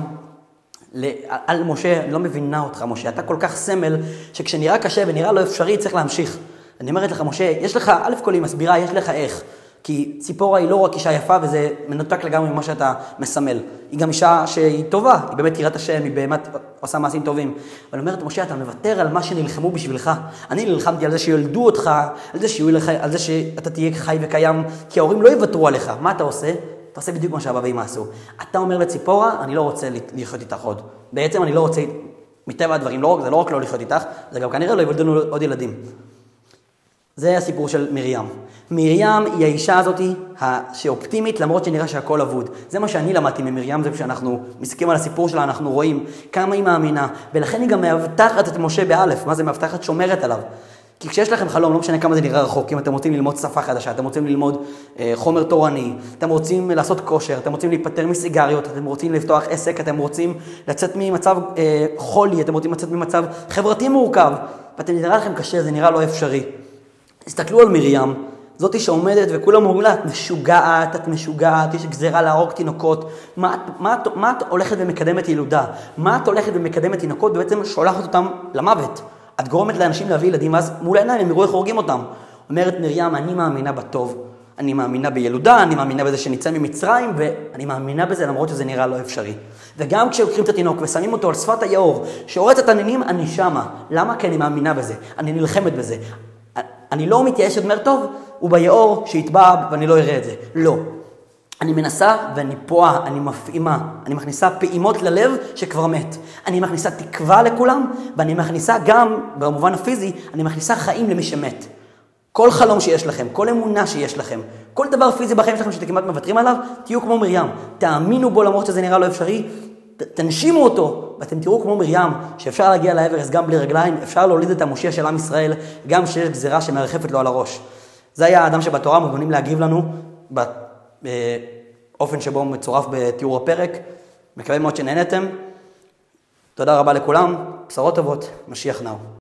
על משה, אני לא מבינה אותך משה, אתה כל כך סמל שכשנראה קשה ונראה לא אפשרי צריך להמשיך. אני אומרת לך משה, יש לך, א' כל היא מסבירה, יש לך איך. כי ציפורה היא לא רק אישה יפה וזה מנותק לגמרי ממה שאתה מסמל. היא גם אישה שהיא טובה, היא באמת יראת השם, היא באמת עושה מעשים טובים. אבל אומרת משה, אתה מוותר על מה שנלחמו בשבילך. אני נלחמתי על זה שילדו אותך, על זה שאתה תהיה חי וקיים, כי ההורים לא יוותרו עליך. מה אתה עושה? אתה עושה בדיוק מה שאבא ואמא עשו. אתה אומר לציפורה, אני לא רוצה לחיות איתך עוד. בעצם אני לא רוצה, מטבע הדברים, זה לא רק לא לחיות איתך, זה גם כנראה לא יוולדנו עוד ילדים. זה הסיפור של מרים. מרים היא האישה הזאת שאופטימית למרות שנראה שהכל אבוד. זה מה שאני למדתי ממרים, זה כשאנחנו מסתכלים על הסיפור שלה, אנחנו רואים כמה היא מאמינה, ולכן היא גם מאבטחת את משה באלף. מה זה מאבטחת? שומרת עליו. כי כשיש לכם חלום, לא משנה כמה זה נראה רחוק, אם אתם רוצים ללמוד שפה חדשה, אתם רוצים ללמוד חומר תורני, אתם רוצים לעשות כושר, אתם רוצים להיפטר מסיגריות, אתם רוצים לפתוח עסק, אתם רוצים לצאת ממצב חולי, אתם רוצים לצאת ממצב חברתי מורכב, ואתם נראה לכם קשה, זה נראה לא אפשרי. תסתכלו על מרים, זאתי שעומדת וכולם אומרים לה, את משוגעת, יש גזירה להרוג תינוקות, מה את הולכת ומקדמת ילודה? מה את הולכת ומקדמת תינוקות ובעצם שולחת אותם למוות? את גורמת לאנשים להביא ילדים, אז מול העיניים הם יראו איך הורגים אותם. אומרת מרים, אני מאמינה בטוב, אני מאמינה בילודה, אני מאמינה בזה שנצא ממצרים, ואני מאמינה בזה למרות שזה נראה לא אפשרי. וגם כשלוקחים את התינוק ושמים אותו על שפת היאור, שאורץ את עננים, אני שמה. למה? כי אני מאמינה בזה, אני נלחמת בזה. אני לא מתייאשת, אומר טוב, הוא ביאור שיתבע ואני לא אראה את זה. לא. אני מנסה ואני פועה, אני מפעימה, אני מכניסה פעימות ללב שכבר מת. אני מכניסה תקווה לכולם, ואני מכניסה גם, במובן הפיזי, אני מכניסה חיים למי שמת. כל חלום שיש לכם, כל אמונה שיש לכם, כל דבר פיזי בחיים שלכם שאתם כמעט מוותרים עליו, תהיו כמו מרים. תאמינו בו למרות שזה נראה לא אפשרי, תנשימו אותו, ואתם תראו כמו מרים, שאפשר להגיע לאברסט גם בלי רגליים, אפשר להוליד את המושיע של עם ישראל, גם שיש גזירה שמרחפת לו על הראש. זה היה האדם שבתורה מוזמנים להגיב לנו, באופן שבו מצורף בתיאור הפרק. מקווה מאוד שנהנתם. תודה רבה לכולם, בשורות טובות, משיח נאו.